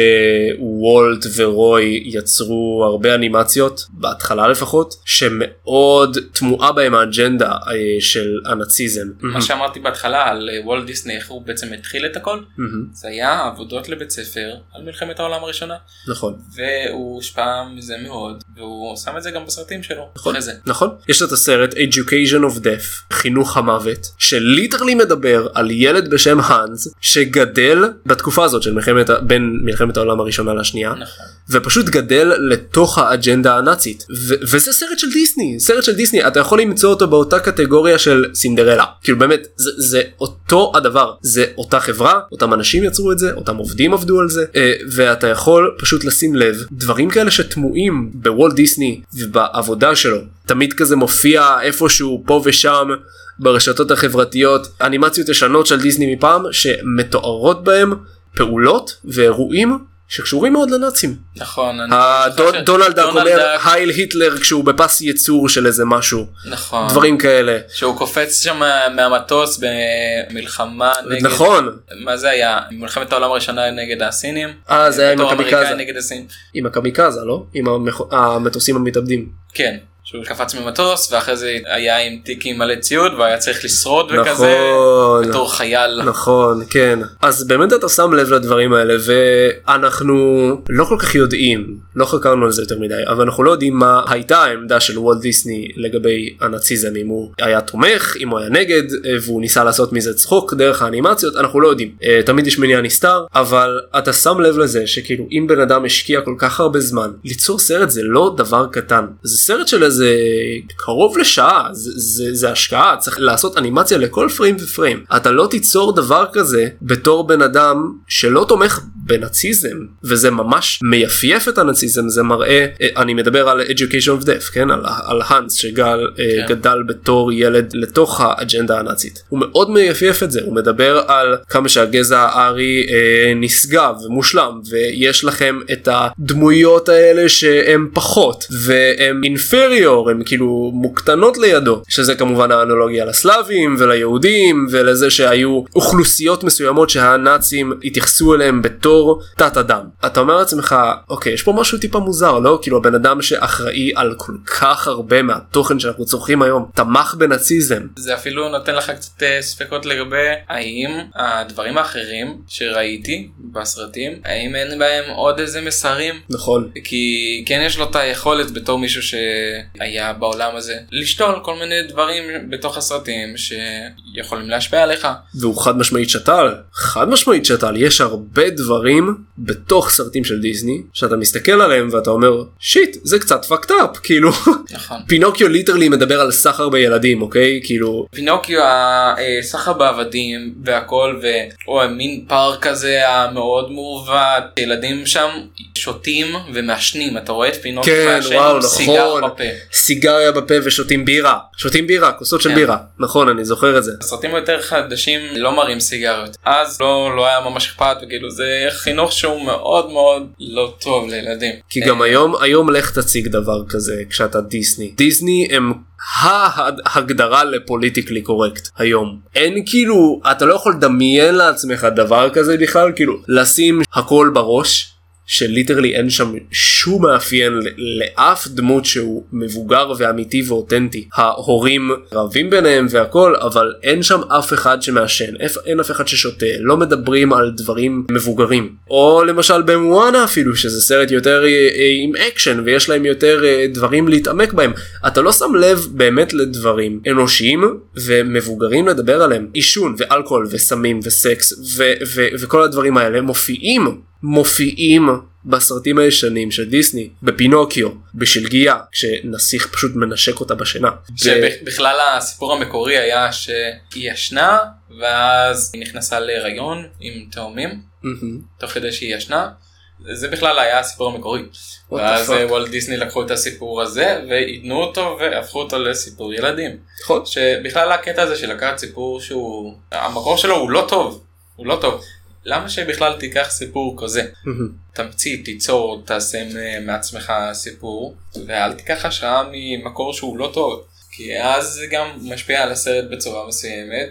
שוולט ורוי יצרו הרבה אנימציות, בהתחלה לפחות, שמאוד תמוהה בהם האג'נדה של הנאציזם. מה שאמרתי בהתחלה על וולט דיסני, איך הוא בעצם התחיל את הכל, זה היה עבודות לבית ספר על מלחמת העולם הראשונה. נכון. והוא השפע מזה מאוד, והוא שם את זה גם בסרטים שלו. נכון, נכון. יש את הסרט Education of Death, חינוך המוות, שליטרלי מדבר על ילד בשם האנס, שגדל בתקופה הזאת של מלחמת, בין מלחמת העולם הראשונה לשנייה, נכון. ופשוט גדל לתוך האג'נדה הנאצית. ו- וזה סרט של דיסני, סרט של דיסני, אתה יכול למצוא אותו באותה קטגוריה של סינדרלה. כאילו באמת, זה, זה אותו הדבר, זה אותה חברה, אותם אנשים יצרו את זה, אותם עובדים עבדו על זה, ואתה יכול פשוט לשים לב, דברים כאלה שתמוהים בוולט דיסני ובעבודה שלו, תמיד כזה מופיע איפשהו פה ושם, ברשתות החברתיות, אנימציות ישנות של דיסני מפעם, שמתוארות בהם פעולות ואירועים שקשורים מאוד לנאצים. נכון. דונלד דאק אומר הייל היטלר כשהוא בפס ייצור של איזה משהו. נכון. דברים כאלה. שהוא קופץ שם מהמטוס במלחמה נגד... נכון. מה זה היה? מלחמת העולם הראשונה נגד הסינים. אה, זה היה עם הקמיקזה. נגד הסין. עם הקמיקזה, לא? עם המטוסים המתאבדים. כן. שהוא קפץ ממטוס ואחרי זה היה עם תיקים מלא ציוד והיה צריך לשרוד וכזה נכון, בתור חייל. נכון, כן. אז באמת אתה שם לב לדברים האלה ואנחנו לא כל כך יודעים, לא חקרנו על זה יותר מדי, אבל אנחנו לא יודעים מה הייתה העמדה של וולט דיסני לגבי הנאציזם, אם הוא היה תומך, אם הוא היה נגד, והוא ניסה לעשות מזה צחוק דרך האנימציות, אנחנו לא יודעים. תמיד יש מניע נסתר, אבל אתה שם לב לזה שכאילו אם בן אדם השקיע כל כך הרבה זמן, ליצור סרט זה לא דבר קטן. זה סרט של זה קרוב לשעה, זה, זה, זה השקעה, צריך לעשות אנימציה לכל פריים ופריים. אתה לא תיצור דבר כזה בתור בן אדם שלא תומך בנאציזם, וזה ממש מייפייף את הנאציזם, זה מראה, אני מדבר על Education of Death, כן? על, על הנס שגל כן. גדל בתור ילד לתוך האג'נדה הנאצית. הוא מאוד מייפייף את זה, הוא מדבר על כמה שהגזע הארי אה, נשגב ומושלם, ויש לכם את הדמויות האלה שהם פחות, והם inferior, הם כאילו מוקטנות לידו, שזה כמובן האנלוגיה לסלאבים וליהודים ולזה שהיו אוכלוסיות מסוימות שהנאצים התייחסו אליהם בתור תת אדם. אתה אומר לעצמך, אוקיי, יש פה משהו טיפה מוזר, לא? כאילו הבן אדם שאחראי על כל כך הרבה מהתוכן שאנחנו צורכים היום, תמך בנאציזם. זה אפילו נותן לך קצת ספקות לגבי האם הדברים האחרים שראיתי בסרטים, האם אין בהם עוד איזה מסרים? נכון. כי כן יש לו את היכולת בתור מישהו שהיה בעולם הזה, לשתול כל מיני דברים בתוך הסרטים שיכולים להשפיע עליך. והוא חד משמעית שתל, חד משמעית שתל, יש הרבה דברים בתוך סרטים של דיסני, שאתה מסתכל עליהם ואתה אומר, שיט, זה קצת fucked up, כאילו. נכון. פינוקיו ליטרלי מדבר על סחר בילדים, אוקיי? כאילו. פינוקיו, הסחר בעבדים והכל, או מין פארק כזה המאוד מעוות, ילדים שם שותים ומעשנים, אתה רואה את פינוקיו מעשן עם סיגר בפה. סיגריה בפה ושותים בירה, שותים בירה, כוסות של בירה, נכון, אני זוכר את זה. הסרטים יותר חדשים לא מראים סיגריות, אז לא, לא היה ממש אכפת, וכאילו זה חינוך שהוא מאוד מאוד לא טוב לילדים. כי גם היום, היום לך תציג דבר כזה כשאתה דיסני. דיסני הם ההגדרה לפוליטיקלי קורקט היום. אין כאילו, אתה לא יכול לדמיין לעצמך דבר כזה בכלל, כאילו לשים הכל בראש, שליטרלי אין שם שום מאפיין לאף דמות שהוא מבוגר ואמיתי ואותנטי. ההורים רבים ביניהם והכל, אבל אין שם אף אחד שמעשן, אין אף אחד ששותה, לא מדברים על דברים מבוגרים. או למשל במואנה אפילו, שזה סרט יותר עם אקשן ויש להם יותר דברים להתעמק בהם. אתה לא שם לב באמת לדברים אנושיים ומבוגרים לדבר עליהם. עישון ואלכוהול וסמים וסקס ו- ו- וכל הדברים האלה מופיעים מופיעים בסרטים הישנים של דיסני, בפינוקיו, בשלגיה, כשנסיך פשוט מנשק אותה בשינה. שבכלל הסיפור המקורי היה שהיא ישנה, ואז היא נכנסה להיריון עם תאומים, תוך כדי שהיא ישנה. זה בכלל היה הסיפור המקורי. ואז וולט דיסני לקחו את הסיפור הזה, ועידנו אותו והפכו אותו לסיפור ילדים. שבכלל הקטע הזה של לקחת סיפור שהוא, המקור שלו הוא לא טוב, הוא לא טוב. למה שבכלל תיקח סיפור כזה? תמציא, תיצור, תעשה מעצמך סיפור, ואל תיקח השראה ממקור שהוא לא טוב. כי אז זה גם משפיע על הסרט בצורה מסוימת,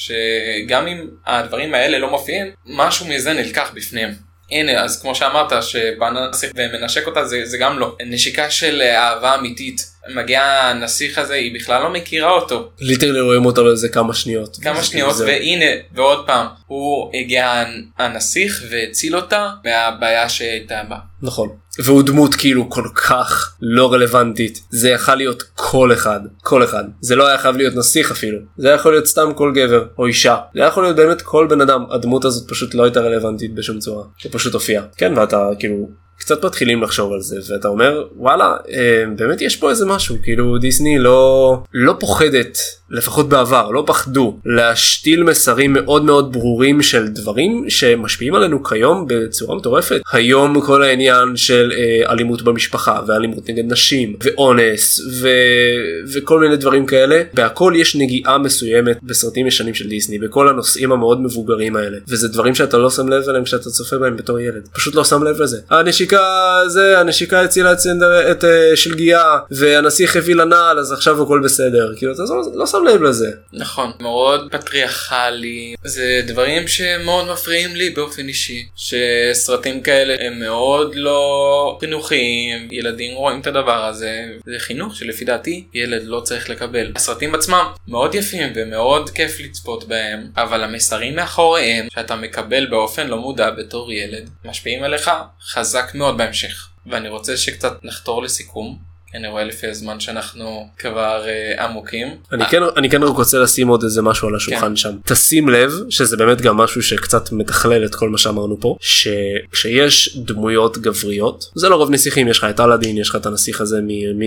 שגם אם הדברים האלה לא מופיעים, משהו מזה נלקח בפניהם. הנה, אז כמו שאמרת, שבא נסיך ומנשק אותה, זה, זה גם לא. נשיקה של אהבה אמיתית. מגיע הנסיך הזה, היא בכלל לא מכירה אותו. ליטרלי רואים אותו לזה כמה שניות. כמה שניות, והנה, ועוד פעם, הוא הגיע הנסיך והציל אותה מהבעיה שהייתה בה. נכון. והוא דמות כאילו כל כך לא רלוונטית. זה יכול להיות כל אחד, כל אחד. זה לא היה חייב להיות נסיך אפילו. זה יכול להיות סתם כל גבר או אישה. זה יכול להיות באמת כל בן אדם. הדמות הזאת פשוט לא הייתה רלוונטית בשום צורה. זה פשוט הופיע. כן, ואתה כאילו קצת מתחילים לחשוב על זה, ואתה אומר, וואלה, אה, באמת יש פה איזה משהו, כאילו דיסני לא, לא פוחדת לפחות בעבר, לא פחדו להשתיל מסרים מאוד מאוד ברורים של דברים שמשפיעים עלינו כיום בצורה מטורפת. היום כל העניין של אה, אלימות במשפחה ואלימות נגד נשים ואונס ו... וכל מיני דברים כאלה, בהכל יש נגיעה מסוימת בסרטים ישנים של דיסני, בכל הנושאים המאוד מבוגרים האלה, וזה דברים שאתה לא שם לב אליהם כשאתה צופה בהם בתור ילד, פשוט לא שם לב לזה. הנשיקה זה, הנשיקה הצילה את, סינדר, את uh, שלגיה, והנסיך הביא לנעל, אז עכשיו הכל בסדר, כאילו אתה לא, לא שם לב לזה. נכון, מאוד פטריארכלי, זה דברים שמאוד מפריעים לי באופן אישי, שסרטים כאלה הם מאוד לא חינוכיים, ילדים רואים את הדבר הזה, זה חינוך שלפי דעתי ילד לא צריך לקבל. הסרטים עצמם מאוד יפים ומאוד כיף לצפות בהם, אבל המסרים מאחוריהם שאתה מקבל באופן לא מודע בתור ילד משפיעים עליך חזק מאוד בהמשך. ואני רוצה שקצת נחתור לסיכום, אני רואה לפי הזמן שאנחנו כבר uh, עמוקים. אני כן, אני כן רק רוצה לשים עוד איזה משהו על השולחן כן. שם. תשים לב שזה באמת גם משהו שקצת מתכלל את כל מה שאמרנו פה, שכשיש דמויות גבריות, זה לא רוב נסיכים, יש לך את אלאדין, יש לך את הנסיך הזה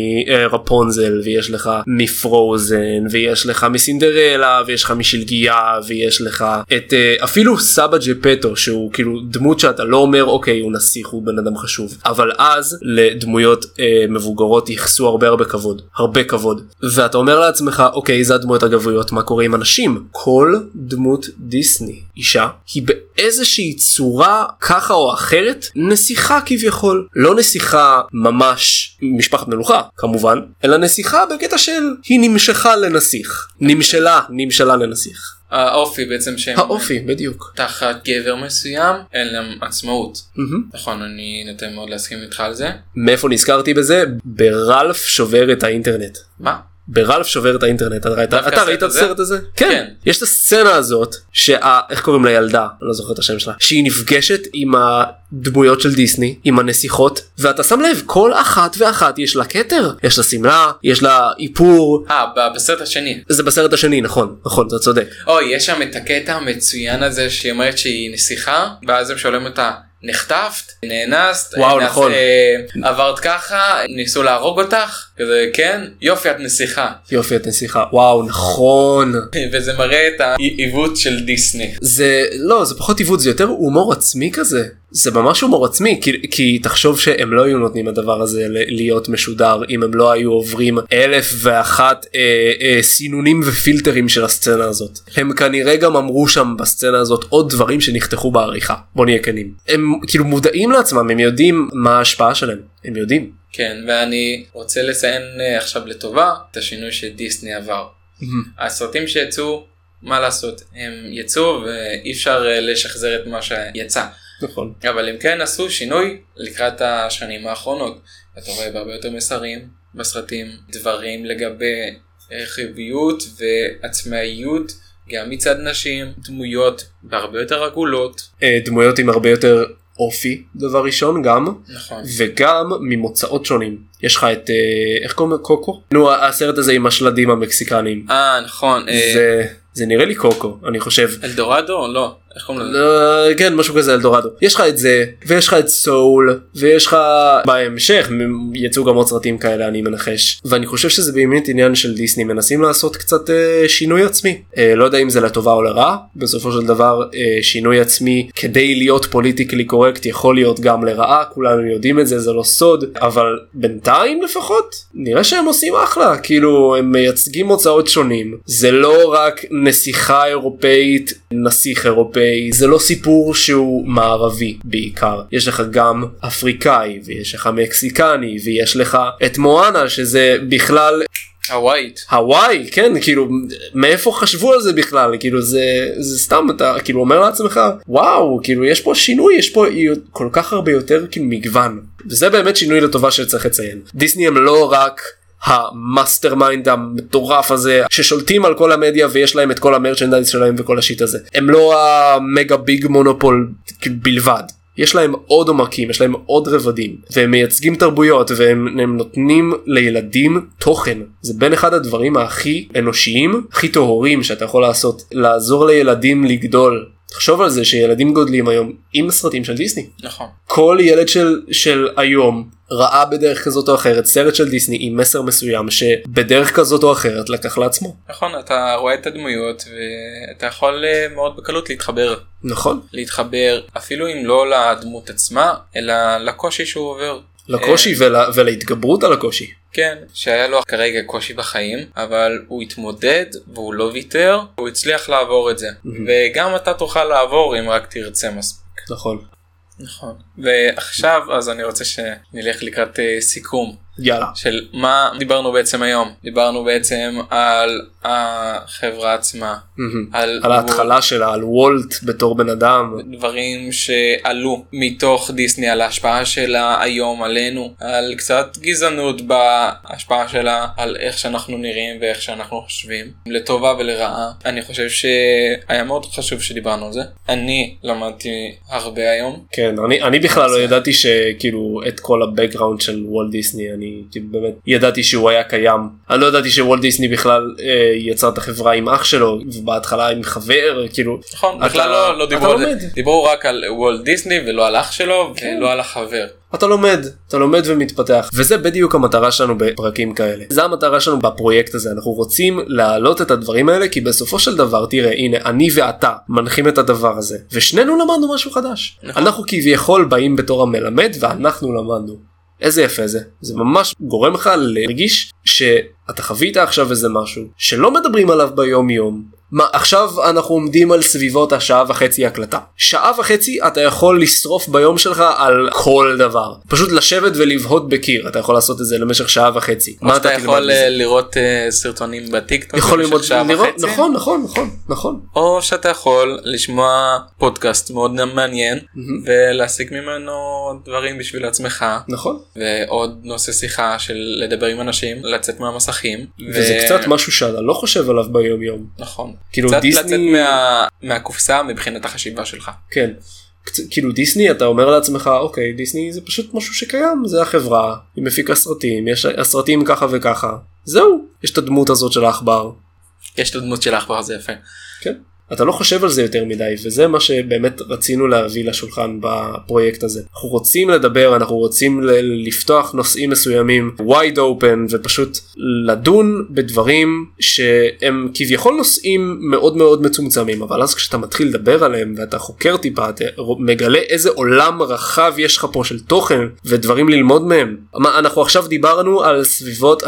מרפונזל, ויש לך מפרוזן, ויש לך מסינדרלה, ויש לך משלגיה, ויש לך את אפילו סבא ג'פטו, שהוא כאילו דמות שאתה לא אומר אוקיי הוא נסיך, הוא בן אדם חשוב, אבל אז לדמויות אה, מבוגרות יחסו הרבה הרבה כבוד, הרבה כבוד. ואתה אומר לעצמך, אוקיי, זה הדמות הגבריות, מה קורה עם אנשים? כל דמות דיסני, אישה, היא באיזושהי צורה, ככה או אחרת, נסיכה כביכול. לא נסיכה ממש משפחת מלוכה, כמובן, אלא נסיכה בקטע של, היא נמשכה לנסיך. נמשלה, נמשלה לנסיך. האופי בעצם שהם האופי בדיוק תחת גבר מסוים אין להם עצמאות. נכון, אני נותן מאוד להסכים איתך על זה. מאיפה נזכרתי בזה? ברלף שובר את האינטרנט. מה? ברלף שובר את האינטרנט. אתה ראית את הסרט הזה? כן. יש את הסצנה הזאת איך קוראים לילדה, אני לא זוכר את השם שלה, שהיא נפגשת עם הדמויות של דיסני, עם הנסיכות, ואתה שם לב כל אחת ואחת יש לה כתר, יש לה סמלה, יש לה איפור. אה, בסרט השני. זה בסרט השני, נכון, נכון, אתה צודק. אוי, יש שם את הקטע המצוין הזה שהיא אומרת שהיא נסיכה, ואז הם שואלים אותה נחטפת, נאנסת, וואו, נאנסת, נכון. אה, עברת ככה, ניסו להרוג אותך, כזה כן, יופי את נסיכה. יופי את נסיכה, וואו, נכון. וזה מראה את העיוות של דיסני. זה, לא, זה פחות עיוות, זה יותר הומור עצמי כזה. זה ממש הומור עצמי, כי, כי תחשוב שהם לא היו נותנים הדבר הזה להיות משודר, אם הם לא היו עוברים אלף ואחת אה, אה, סינונים ופילטרים של הסצנה הזאת. הם כנראה גם אמרו שם בסצנה הזאת עוד דברים שנכתחו בעריכה, בוא נהיה כנים. הם כאילו מודעים לעצמם, הם יודעים מה ההשפעה שלהם, הם יודעים. כן, ואני רוצה לציין עכשיו לטובה את השינוי שדיסני עבר. הסרטים שיצאו, מה לעשות, הם יצאו ואי אפשר לשחזר את מה שיצא. נכון. אבל הם כן עשו שינוי לקראת השנים האחרונות. אתה רואה בהרבה יותר מסרים בסרטים, דברים לגבי חיוביות ועצמאיות, גם מצד נשים, דמויות בהרבה יותר עגולות. דמויות עם הרבה יותר אופי, דבר ראשון, גם. נכון. וגם ממוצאות שונים. יש לך את, איך קוראים? קוקו? נו, הסרט הזה עם השלדים המקסיקנים. אה, נכון. זה... זה נראה לי קוקו, אני חושב. אלדורדו? לא. איך קוראים לזה? כן, משהו כזה, אלדורדו. יש לך את זה, ויש לך את סול, ויש לך בהמשך, יצאו גם עוד סרטים כאלה, אני מנחש. ואני חושב שזה באמת עניין של דיסני, מנסים לעשות קצת אה, שינוי עצמי. אה, לא יודע אם זה לטובה או לרע, בסופו של דבר אה, שינוי עצמי כדי להיות פוליטיקלי קורקט יכול להיות גם לרעה, כולנו יודעים את זה, זה לא סוד, אבל בינתיים לפחות, נראה שהם עושים אחלה, כאילו הם מייצגים הוצאות שונים. זה לא רק נסיכה אירופאית, נסיך אירופאי, זה לא סיפור שהוא מערבי בעיקר. יש לך גם אפריקאי, ויש לך מקסיקני, ויש לך את מואנה, שזה בכלל... הוואית. הוואי, כן, כאילו, מאיפה חשבו על זה בכלל? כאילו, זה, זה סתם, אתה כאילו אומר לעצמך, וואו, כאילו, יש פה שינוי, יש פה כל כך הרבה יותר כאילו מגוון. וזה באמת שינוי לטובה שצריך לציין. דיסני הם לא רק... המאסטר מיינד המטורף הזה ששולטים על כל המדיה ויש להם את כל המרצ'נדייז שלהם וכל השיט הזה. הם לא המגה ביג מונופול בלבד. יש להם עוד עומקים, יש להם עוד רבדים, והם מייצגים תרבויות והם נותנים לילדים תוכן. זה בין אחד הדברים הכי אנושיים, הכי טהורים שאתה יכול לעשות, לעזור לילדים לגדול. תחשוב על זה שילדים גודלים היום עם סרטים של דיסני. נכון. כל ילד של, של היום ראה בדרך כזאת או אחרת סרט של דיסני עם מסר מסוים שבדרך כזאת או אחרת לקח לעצמו. נכון, אתה רואה את הדמויות ואתה יכול מאוד בקלות להתחבר. נכון. להתחבר אפילו אם לא לדמות עצמה, אלא לקושי שהוא עובר. לקושי ולה, ולהתגברות על הקושי. כן, שהיה לו כרגע קושי בחיים, אבל הוא התמודד והוא לא ויתר, הוא הצליח לעבור את זה. Mm-hmm. וגם אתה תוכל לעבור אם רק תרצה מספיק. נכון. נכון. ועכשיו אז אני רוצה שנלך לקראת uh, סיכום. יאללה. של מה דיברנו בעצם היום. דיברנו בעצם על החברה עצמה. Mm-hmm. על, על ההתחלה שלה, על וולט בתור בן אדם. דברים שעלו מתוך דיסני, על ההשפעה שלה היום עלינו, על קצת גזענות בהשפעה שלה, על איך שאנחנו נראים ואיך שאנחנו חושבים, לטובה ולרעה. אני חושב שהיה מאוד חשוב שדיברנו על זה. אני למדתי הרבה היום. כן, אני, אני בכלל לא ידעתי שכאילו את כל הבקגראונד של וולט דיסני, אני כאילו באמת ידעתי שהוא היה קיים. אני לא ידעתי שוולט דיסני בכלל אה, יצר את החברה עם אח שלו, ובהתחלה עם חבר, כאילו. נכון, אתה, בכלל לא, לא דיברו על זה. דיברו רק על וולט דיסני ולא על אח שלו, כן. ולא על החבר. אתה לומד, אתה לומד ומתפתח, וזה בדיוק המטרה שלנו בפרקים כאלה. זה המטרה שלנו בפרויקט הזה, אנחנו רוצים להעלות את הדברים האלה, כי בסופו של דבר, תראה, הנה, אני ואתה מנחים את הדבר הזה, ושנינו למדנו משהו חדש. נכון. אנחנו כביכול באים בתור המלמד, ואנחנו למדנו. איזה יפה זה, זה ממש גורם לך להרגיש שאתה חווית עכשיו איזה משהו, שלא מדברים עליו ביום יום. מה, עכשיו אנחנו עומדים על סביבות השעה וחצי הקלטה. שעה וחצי אתה יכול לשרוף ביום שלך על כל דבר. פשוט לשבת ולבהות בקיר, אתה יכול לעשות את זה למשך שעה וחצי. או שאתה יכול לראות uh, סרטונים בטיקטוק במשך שעה לראות, וחצי. נכון, נכון, נכון, נכון. או שאתה יכול לשמוע פודקאסט מאוד מעניין, mm-hmm. ולהסיק ממנו דברים בשביל עצמך. נכון. ועוד נושא שיחה של לדבר עם אנשים, לצאת מהמסכים. וזה ו... קצת משהו שאתה לא חושב עליו ביום יום. נכון. כאילו קצת דיסני... לצאת מה... מהקופסה מבחינת החשיבה שלך. כן. כאילו דיסני, אתה אומר לעצמך, אוקיי, דיסני זה פשוט משהו שקיים, זה החברה, היא מפיקה סרטים, יש הסרטים ככה וככה, זהו, יש את הדמות הזאת של האחבר. יש את הדמות של האחבר, זה יפה. כן. אתה לא חושב על זה יותר מדי, וזה מה שבאמת רצינו להביא לשולחן בפרויקט הזה. אנחנו רוצים לדבר, אנחנו רוצים לפתוח נושאים מסוימים, wide open, ופשוט לדון בדברים שהם כביכול נושאים מאוד מאוד מצומצמים, אבל אז כשאתה מתחיל לדבר עליהם, ואתה חוקר טיפה, אתה מגלה איזה עולם רחב יש לך פה של תוכן, ודברים ללמוד מהם. אנחנו עכשיו דיברנו על סביבות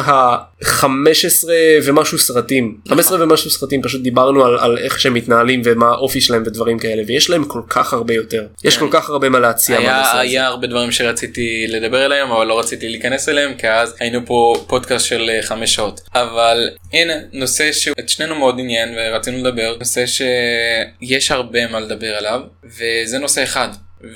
ה-חמש עשרה ומשהו סרטים, חמש עשרה ומשהו סרטים, פשוט דיברנו על, על איך שהם מתנהלים ומה האופי שלהם ודברים כאלה, ויש להם כל כך הרבה יותר. יש כל כך הרבה מה להציע. היה, היה הרבה דברים שרציתי לדבר עליהם, אבל לא רציתי להיכנס אליהם, כי אז היינו פה פודקאסט של חמש שעות. אבל הנה, נושא שאת שנינו מאוד עניין ורצינו לדבר, נושא שיש הרבה מה לדבר עליו, וזה נושא אחד.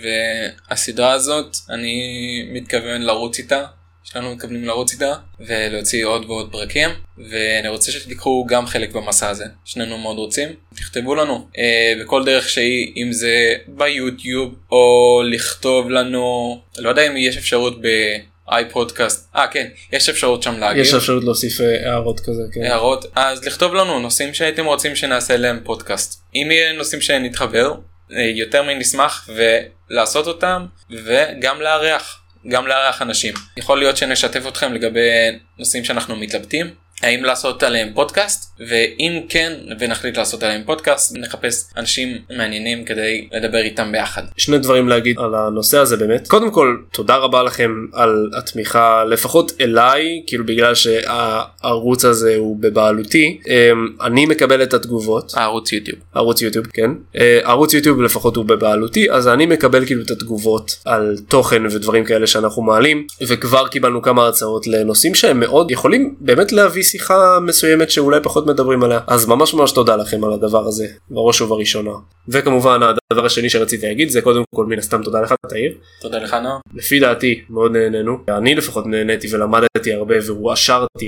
והסדרה הזאת, אני מתכוון לרוץ איתה. שלנו מתכוונים לרוץ איתה ולהוציא עוד ועוד פרקים, ואני רוצה שתיקחו גם חלק במסע הזה, שנינו מאוד רוצים. תכתבו לנו אה, בכל דרך שהיא, אם זה ביוטיוב או לכתוב לנו, לא יודע אם יש אפשרות באי פודקאסט, אה כן, יש אפשרות שם להגיד, יש אפשרות להוסיף הערות כזה, כן. הערות, אז לכתוב לנו נושאים שהייתם רוצים שנעשה להם פודקאסט. אם יהיה נושאים שנתחבר, יותר מנשמח ולעשות אותם, וגם לארח. גם לארח אנשים. יכול להיות שנשתף אתכם לגבי נושאים שאנחנו מתלבטים, האם לעשות עליהם פודקאסט, ואם כן, ונחליט לעשות עליהם פודקאסט, נחפש אנשים מעניינים כדי לדבר איתם ביחד. שני דברים להגיד על הנושא הזה באמת. קודם כל, תודה רבה לכם על התמיכה, לפחות אליי, כאילו בגלל שהערוץ הזה הוא בבעלותי, אני מקבל את התגובות. הערוץ יוטיוב. ערוץ יוטיוב, כן. ערוץ יוטיוב לפחות הוא בבעלותי, אז אני מקבל כאילו את התגובות על תוכן ודברים כאלה שאנחנו מעלים, וכבר קיבלנו כמה הרצאות לנושאים שהם מאוד יכולים באמת להביא שיחה מסוימת שאולי פחות מדברים עליה, אז ממש ממש תודה לכם על הדבר הזה, בראש ובראשונה. וכמובן הדבר השני שרציתי להגיד זה קודם כל מן הסתם תודה לך תאיר. תודה לך נועה. לפי דעתי מאוד נהנינו, אני לפחות נהניתי ולמדתי הרבה והועשרתי היום,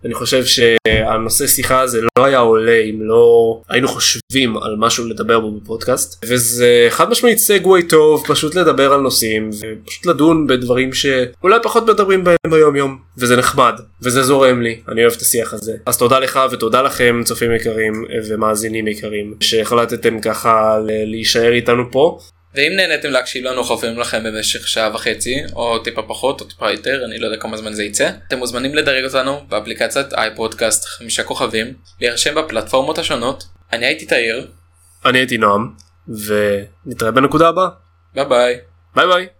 אני חושב שהנושא שיחה הזה לא היה עולה אם לא היינו חושבים על משהו לדבר בו בפודקאסט, וזה חד משמעית סגווי טוב פשוט לדבר על נושאים ופשוט לדון בדברים שאולי פחות מדברים בהם ביום יום, וזה נחמד וזה זורם לי, אני אוהב את השיח הזה. אז תודה לך ותודה לכם צופים יקרים ומאזינים יקרים שהחלטתם ככה להישאר איתנו פה. ואם נהניתם להקשיב לנו חופרים לכם במשך שעה וחצי או טיפה פחות או טיפה יותר, אני לא יודע כמה זמן זה יצא, אתם מוזמנים לדרג אותנו באפליקציית איי פודקאסט חמישה כוכבים, להירשם בפלטפורמות השונות. אני הייתי תאיר, אני הייתי נועם, ונתראה בנקודה הבאה. ביי ביי. ביי ביי.